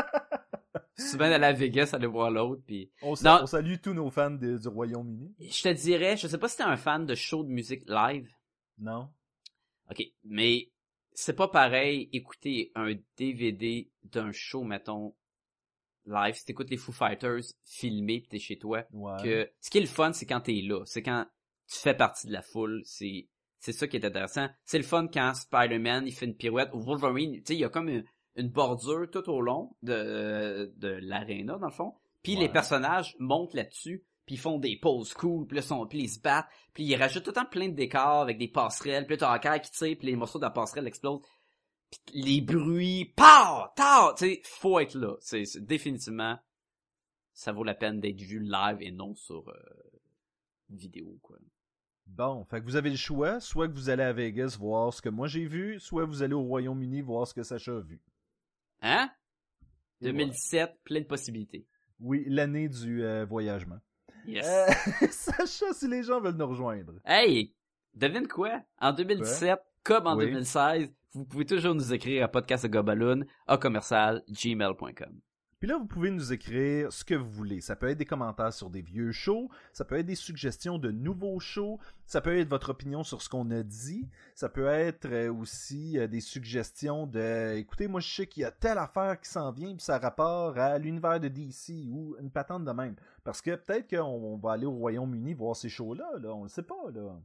Souvent aller à Vegas, aller voir l'autre puis...
On, sa-
Non.
on salue tous nos fans de- du Royaume-Uni.
Je te dirais, je sais pas si t'es un fan de show de musique live.
Non?
OK, mais c'est pas pareil écouter un D V D d'un show, mettons, live, si t'écoutes les Foo Fighters filmés pis t'es chez toi,
Ouais.
que ce qui est le fun, c'est quand t'es là. C'est quand tu fais partie de la foule. C'est c'est ça qui est intéressant. C'est le fun quand Spider-Man, il fait une pirouette, ou Wolverine, tu sais, il y a comme une, une bordure tout au long de, de l'aréna, dans le fond. Puis
Ouais.
les personnages montent là-dessus, puis ils font des poses cool, puis là, sont, puis ils se battent, puis ils rajoutent tout le temps plein de décors avec des passerelles, puis là, t'as Hawkeye qui tire, puis les morceaux de la passerelle explosent. Puis les bruits, pow, tao, tu sais, faut être là. C'est, c'est définitivement, ça vaut la peine d'être vu live et non sur euh, vidéo, quoi.
Bon, fait que vous avez le choix, soit que vous allez à Vegas voir ce que moi j'ai vu, soit vous allez au Royaume-Uni voir ce que Sacha a vu.
Hein?
Et
deux mille dix-sept, voilà. Plein de possibilités.
Oui, l'année du euh, voyagement.
Yes.
Euh, Sacha, si les gens veulent nous rejoindre.
Hey! Devine quoi? En deux mille dix-sept, ouais. Comme en
oui.
deux mille seize, vous pouvez toujours nous écrire à podcastgobaloon à commercial gmail point com.
Puis là, vous pouvez nous écrire ce que vous voulez. Ça peut être des commentaires sur des vieux shows, ça peut être des suggestions de nouveaux shows, ça peut être votre opinion sur ce qu'on a dit, ça peut être aussi des suggestions de « Écoutez, moi je sais qu'il y a telle affaire qui s'en vient, puis ça a rapport à l'univers de D C ou une patente de même. » Parce que peut-être qu'on va aller au Royaume-Uni voir ces shows-là, là, on le sait pas, là.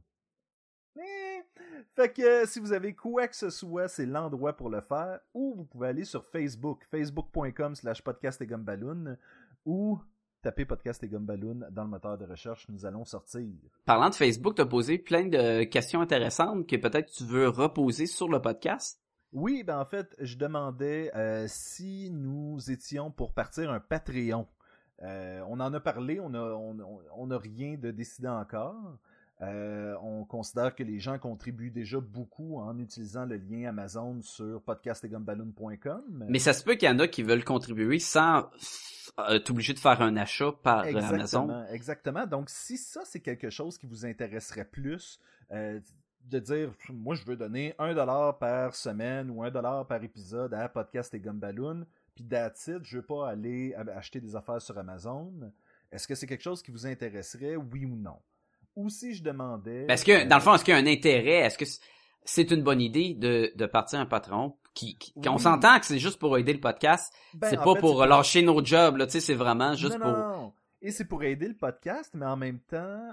Mais... Fait que euh, si vous avez quoi que ce soit, c'est l'endroit pour le faire. Ou vous pouvez aller sur Facebook, facebook.com slash podcast et gumballoon, ou taper podcast et gumballoon dans le moteur de recherche, nous allons sortir.
Parlant de Facebook, t'as posé plein de questions intéressantes que peut-être tu veux reposer sur le podcast.
Oui, ben en fait, je demandais euh, si nous étions pour partir un Patreon. Euh, on en a parlé, on a, on, on a rien de décidé encore. Euh, on considère que les gens contribuent déjà beaucoup en utilisant le lien Amazon sur podcast et gumballoon point com.
Mais ça se peut qu'il y en a qui veulent contribuer sans être obligé de faire un achat par
exactement,
Amazon.
Exactement. Donc, si ça, c'est quelque chose qui vous intéresserait plus, euh, de dire, moi, je veux donner un dollar par semaine ou un dollar par épisode à Podcast et Gumballoon, puis that's it, je veux pas aller acheter des affaires sur Amazon. Est-ce que c'est quelque chose qui vous intéresserait, oui ou non? Ou si je demandais...
Est-ce que, dans le fond, est-ce qu'il y a un intérêt? Est-ce que c'est une bonne idée de, de partir un patron qui, qui oui. On s'entend que c'est juste pour aider le podcast, ben, c'est pas fait, pour c'est lâcher pour... nos jobs, là, tu sais, c'est vraiment juste
non,
pour...
Non. Et c'est pour aider le podcast, mais en même temps,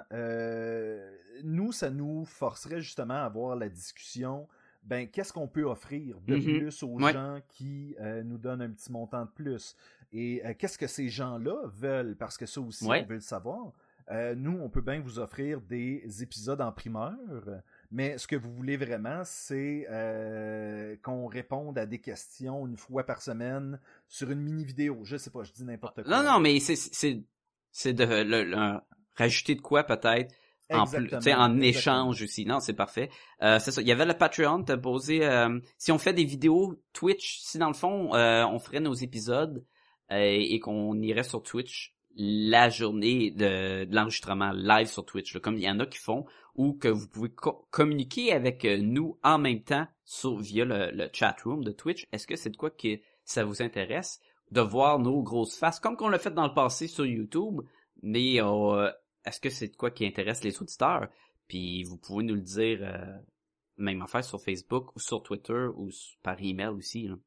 euh, nous, ça nous forcerait justement à avoir la discussion, ben, qu'est-ce qu'on peut offrir de mm-hmm. plus aux ouais. gens qui euh, nous donnent un petit montant de plus? Et euh, qu'est-ce que ces gens-là veulent? Parce que ça aussi, ouais. on veut le savoir. Euh, nous, on peut bien vous offrir des épisodes en primeur, mais ce que vous voulez vraiment, c'est euh, qu'on réponde à des questions une fois par semaine sur une mini-vidéo. Je sais pas, je dis n'importe quoi.
Non, non, mais c'est, c'est, c'est de le, le, rajouter de quoi peut-être en, plus, en échange aussi. Non, c'est parfait. Euh, c'est ça. Il y avait le Patreon, t'as posé... Euh, si on fait des vidéos Twitch, si dans le fond, euh, on ferait nos épisodes euh, et qu'on irait sur Twitch la journée de, de l'enregistrement live sur Twitch, là, comme il y en a qui font, ou que vous pouvez co- communiquer avec nous en même temps sur, via le, le chat room de Twitch. Est-ce que c'est de quoi que ça vous intéresse de voir nos grosses faces, comme qu'on l'a fait dans le passé sur YouTube, mais euh, est-ce que c'est de quoi qui intéresse les auditeurs? Puis vous pouvez nous le dire, euh, même affaire sur Facebook ou sur Twitter ou par email aussi. Là.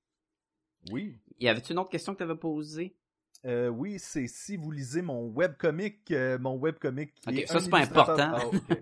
Oui.
Y avait-tu une autre question que tu avais posée?
Euh, oui, c'est si vous lisez mon webcomic, euh, mon webcomic qui
okay,
est
ça, c'est pas important.
Ah, okay,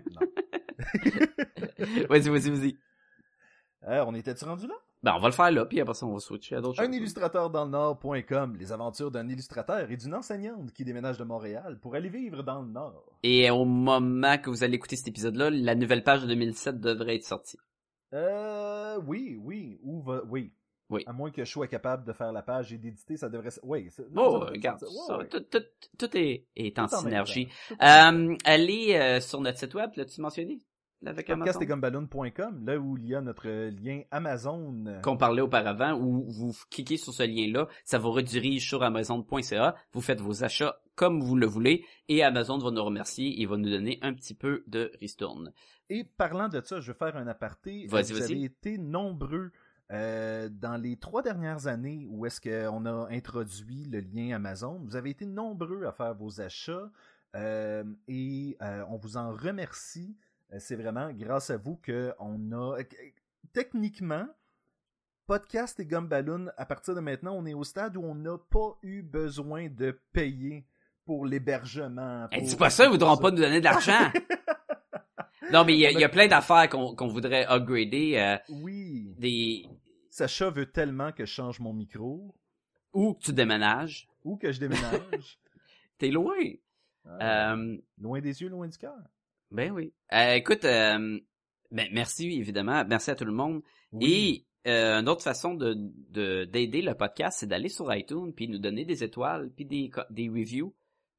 non.
vas-y, vas-y, vas-y.
Euh, on était-tu rendu là?
Ben, on va le faire là, puis après ça, on va switcher à d'autres
Un
choses.
illustrateur dans le Nord point com, les aventures d'un illustrateur et d'une enseignante qui déménage de Montréal pour aller vivre dans le Nord.
Et au moment que vous allez écouter cet épisode-là, la nouvelle page de deux mille sept devrait être sortie.
Euh, oui, oui, ou va, oui.
Oui.
À moins que je sois capable de faire la page et d'éditer, ça devrait... Oui.
Non, oh, regarde, ça, ça, ouais. tout, tout, tout est, est en
tout
synergie.
En
euh, allez euh, sur notre site web, l'as-tu mentionné? Avec
podcast et gumballoon point com, là où il y a notre lien Amazon.
Qu'on parlait auparavant, où vous cliquez sur ce lien-là, ça vous redirige sur amazon point c a, vous faites vos achats comme vous le voulez, et Amazon va nous remercier et va nous donner un petit peu de ristourne.
Et parlant de ça, je vais faire un aparté.
Vas-y,
vous
vas-y.
avez été nombreux euh, dans les trois dernières années où est-ce qu'on a introduit le lien Amazon. Vous avez été nombreux à faire vos achats euh, et euh, on vous en remercie. C'est vraiment grâce à vous qu'on a... Techniquement, Podcast et Gumballoon, à partir de maintenant, on est au stade où on n'a pas eu besoin de payer pour l'hébergement. Pour...
Hey, dis pas ça, ils voudront pas nous donner de l'argent. Non, mais il y, y a plein d'affaires qu'on, qu'on voudrait upgrader. Euh,
oui.
Des...
Sacha veut tellement que je change mon micro.
Ou que tu déménages.
Ou que je déménage.
T'es loin.
Ah,
euh...
Loin des yeux, loin du cœur.
Ben oui. Euh, écoute, euh, ben merci évidemment, merci à tout le monde.
Oui.
Et euh, une autre façon de, de d'aider le podcast, c'est d'aller sur iTunes puis nous donner des étoiles puis des des reviews.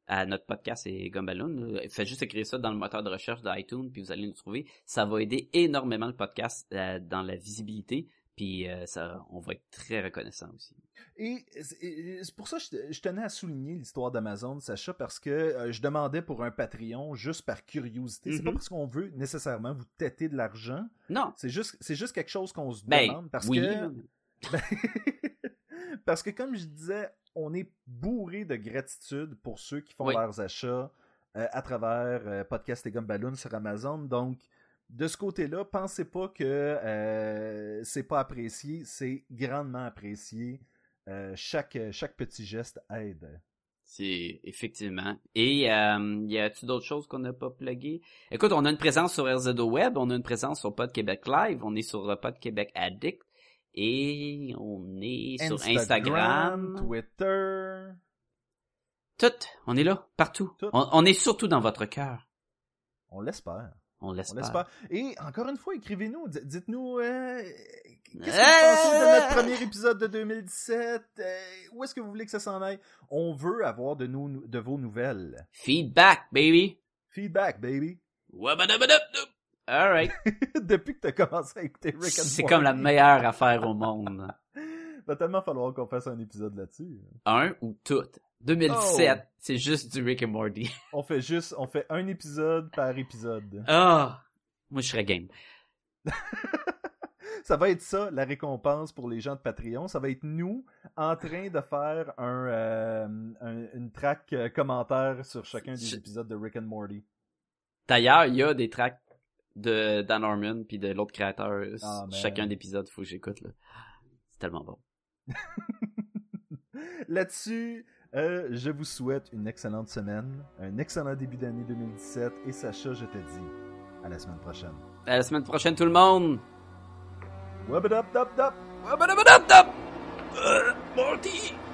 à notre podcast et Gumballoon. Faites juste écrire ça dans le moteur de recherche d'iTunes, puis vous allez nous trouver. Ça va aider énormément le podcast euh, dans la visibilité, puis euh, ça, on va être très reconnaissant aussi.
Et c'est pour ça que je tenais à souligner l'histoire d'Amazon, Sacha, parce que euh, je demandais pour un Patreon juste par curiosité. Mm-hmm. C'est pas parce qu'on veut nécessairement vous têter de l'argent.
Non.
C'est juste, c'est juste quelque chose qu'on se
ben,
demande parce
oui.
que... Ben, parce que comme je disais, on est bourré de gratitude pour ceux qui font oui. leurs achats euh, à travers euh, Podcast et Gumballoon sur Amazon. Donc, de ce côté-là, pensez pas que euh, c'est pas apprécié. C'est grandement apprécié. Euh, chaque, chaque petit geste aide.
C'est effectivement. Et euh, y a-t-il d'autres choses qu'on n'a pas pluguées? Écoute, on a une présence sur R Z O Web, on a une présence sur Pod Québec Live, on est sur Pod Québec Addict. Et on est
Instagram,
sur Instagram,
Twitter.
Tout. On est là, partout. On, on est surtout dans votre cœur.
On l'espère.
On l'espère.
On l'espère. Et encore une fois, écrivez-nous. D- dites-nous euh, qu'est-ce que vous pensez de notre premier épisode de deux mille dix-sept. Euh, où est-ce que vous voulez que ça s'en aille? On veut avoir de, nous, de vos nouvelles.
Feedback, baby.
Feedback, baby.
Wabadabadabdab. All right.
Depuis que tu as commencé à écouter Rick and Morty.
C'est comme la meilleure affaire au monde.
Il va tellement falloir qu'on fasse un épisode là-dessus.
Un ou tout. deux mille dix-sept,
oh.
C'est juste du Rick and Morty.
On fait juste, on fait un épisode par épisode.
Ah, oh, moi je serais game.
Ça va être ça, la récompense pour les gens de Patreon. Ça va être nous en train de faire un, euh, un une track euh, commentaire sur chacun des je... épisodes de Rick and Morty.
D'ailleurs, il y a des tracks de Dan Harmon puis de l'autre créateur.
Oh,
chacun d'épisodes, faut que j'écoute là. C'est tellement bon.
Là-dessus, euh, je vous souhaite une excellente semaine, un excellent début d'année deux mille dix-sept et Sacha, je te dis à la semaine prochaine.
À la semaine prochaine tout le monde.
Wabadab dab dab.
Wabadab dab dab. Uh, Morty.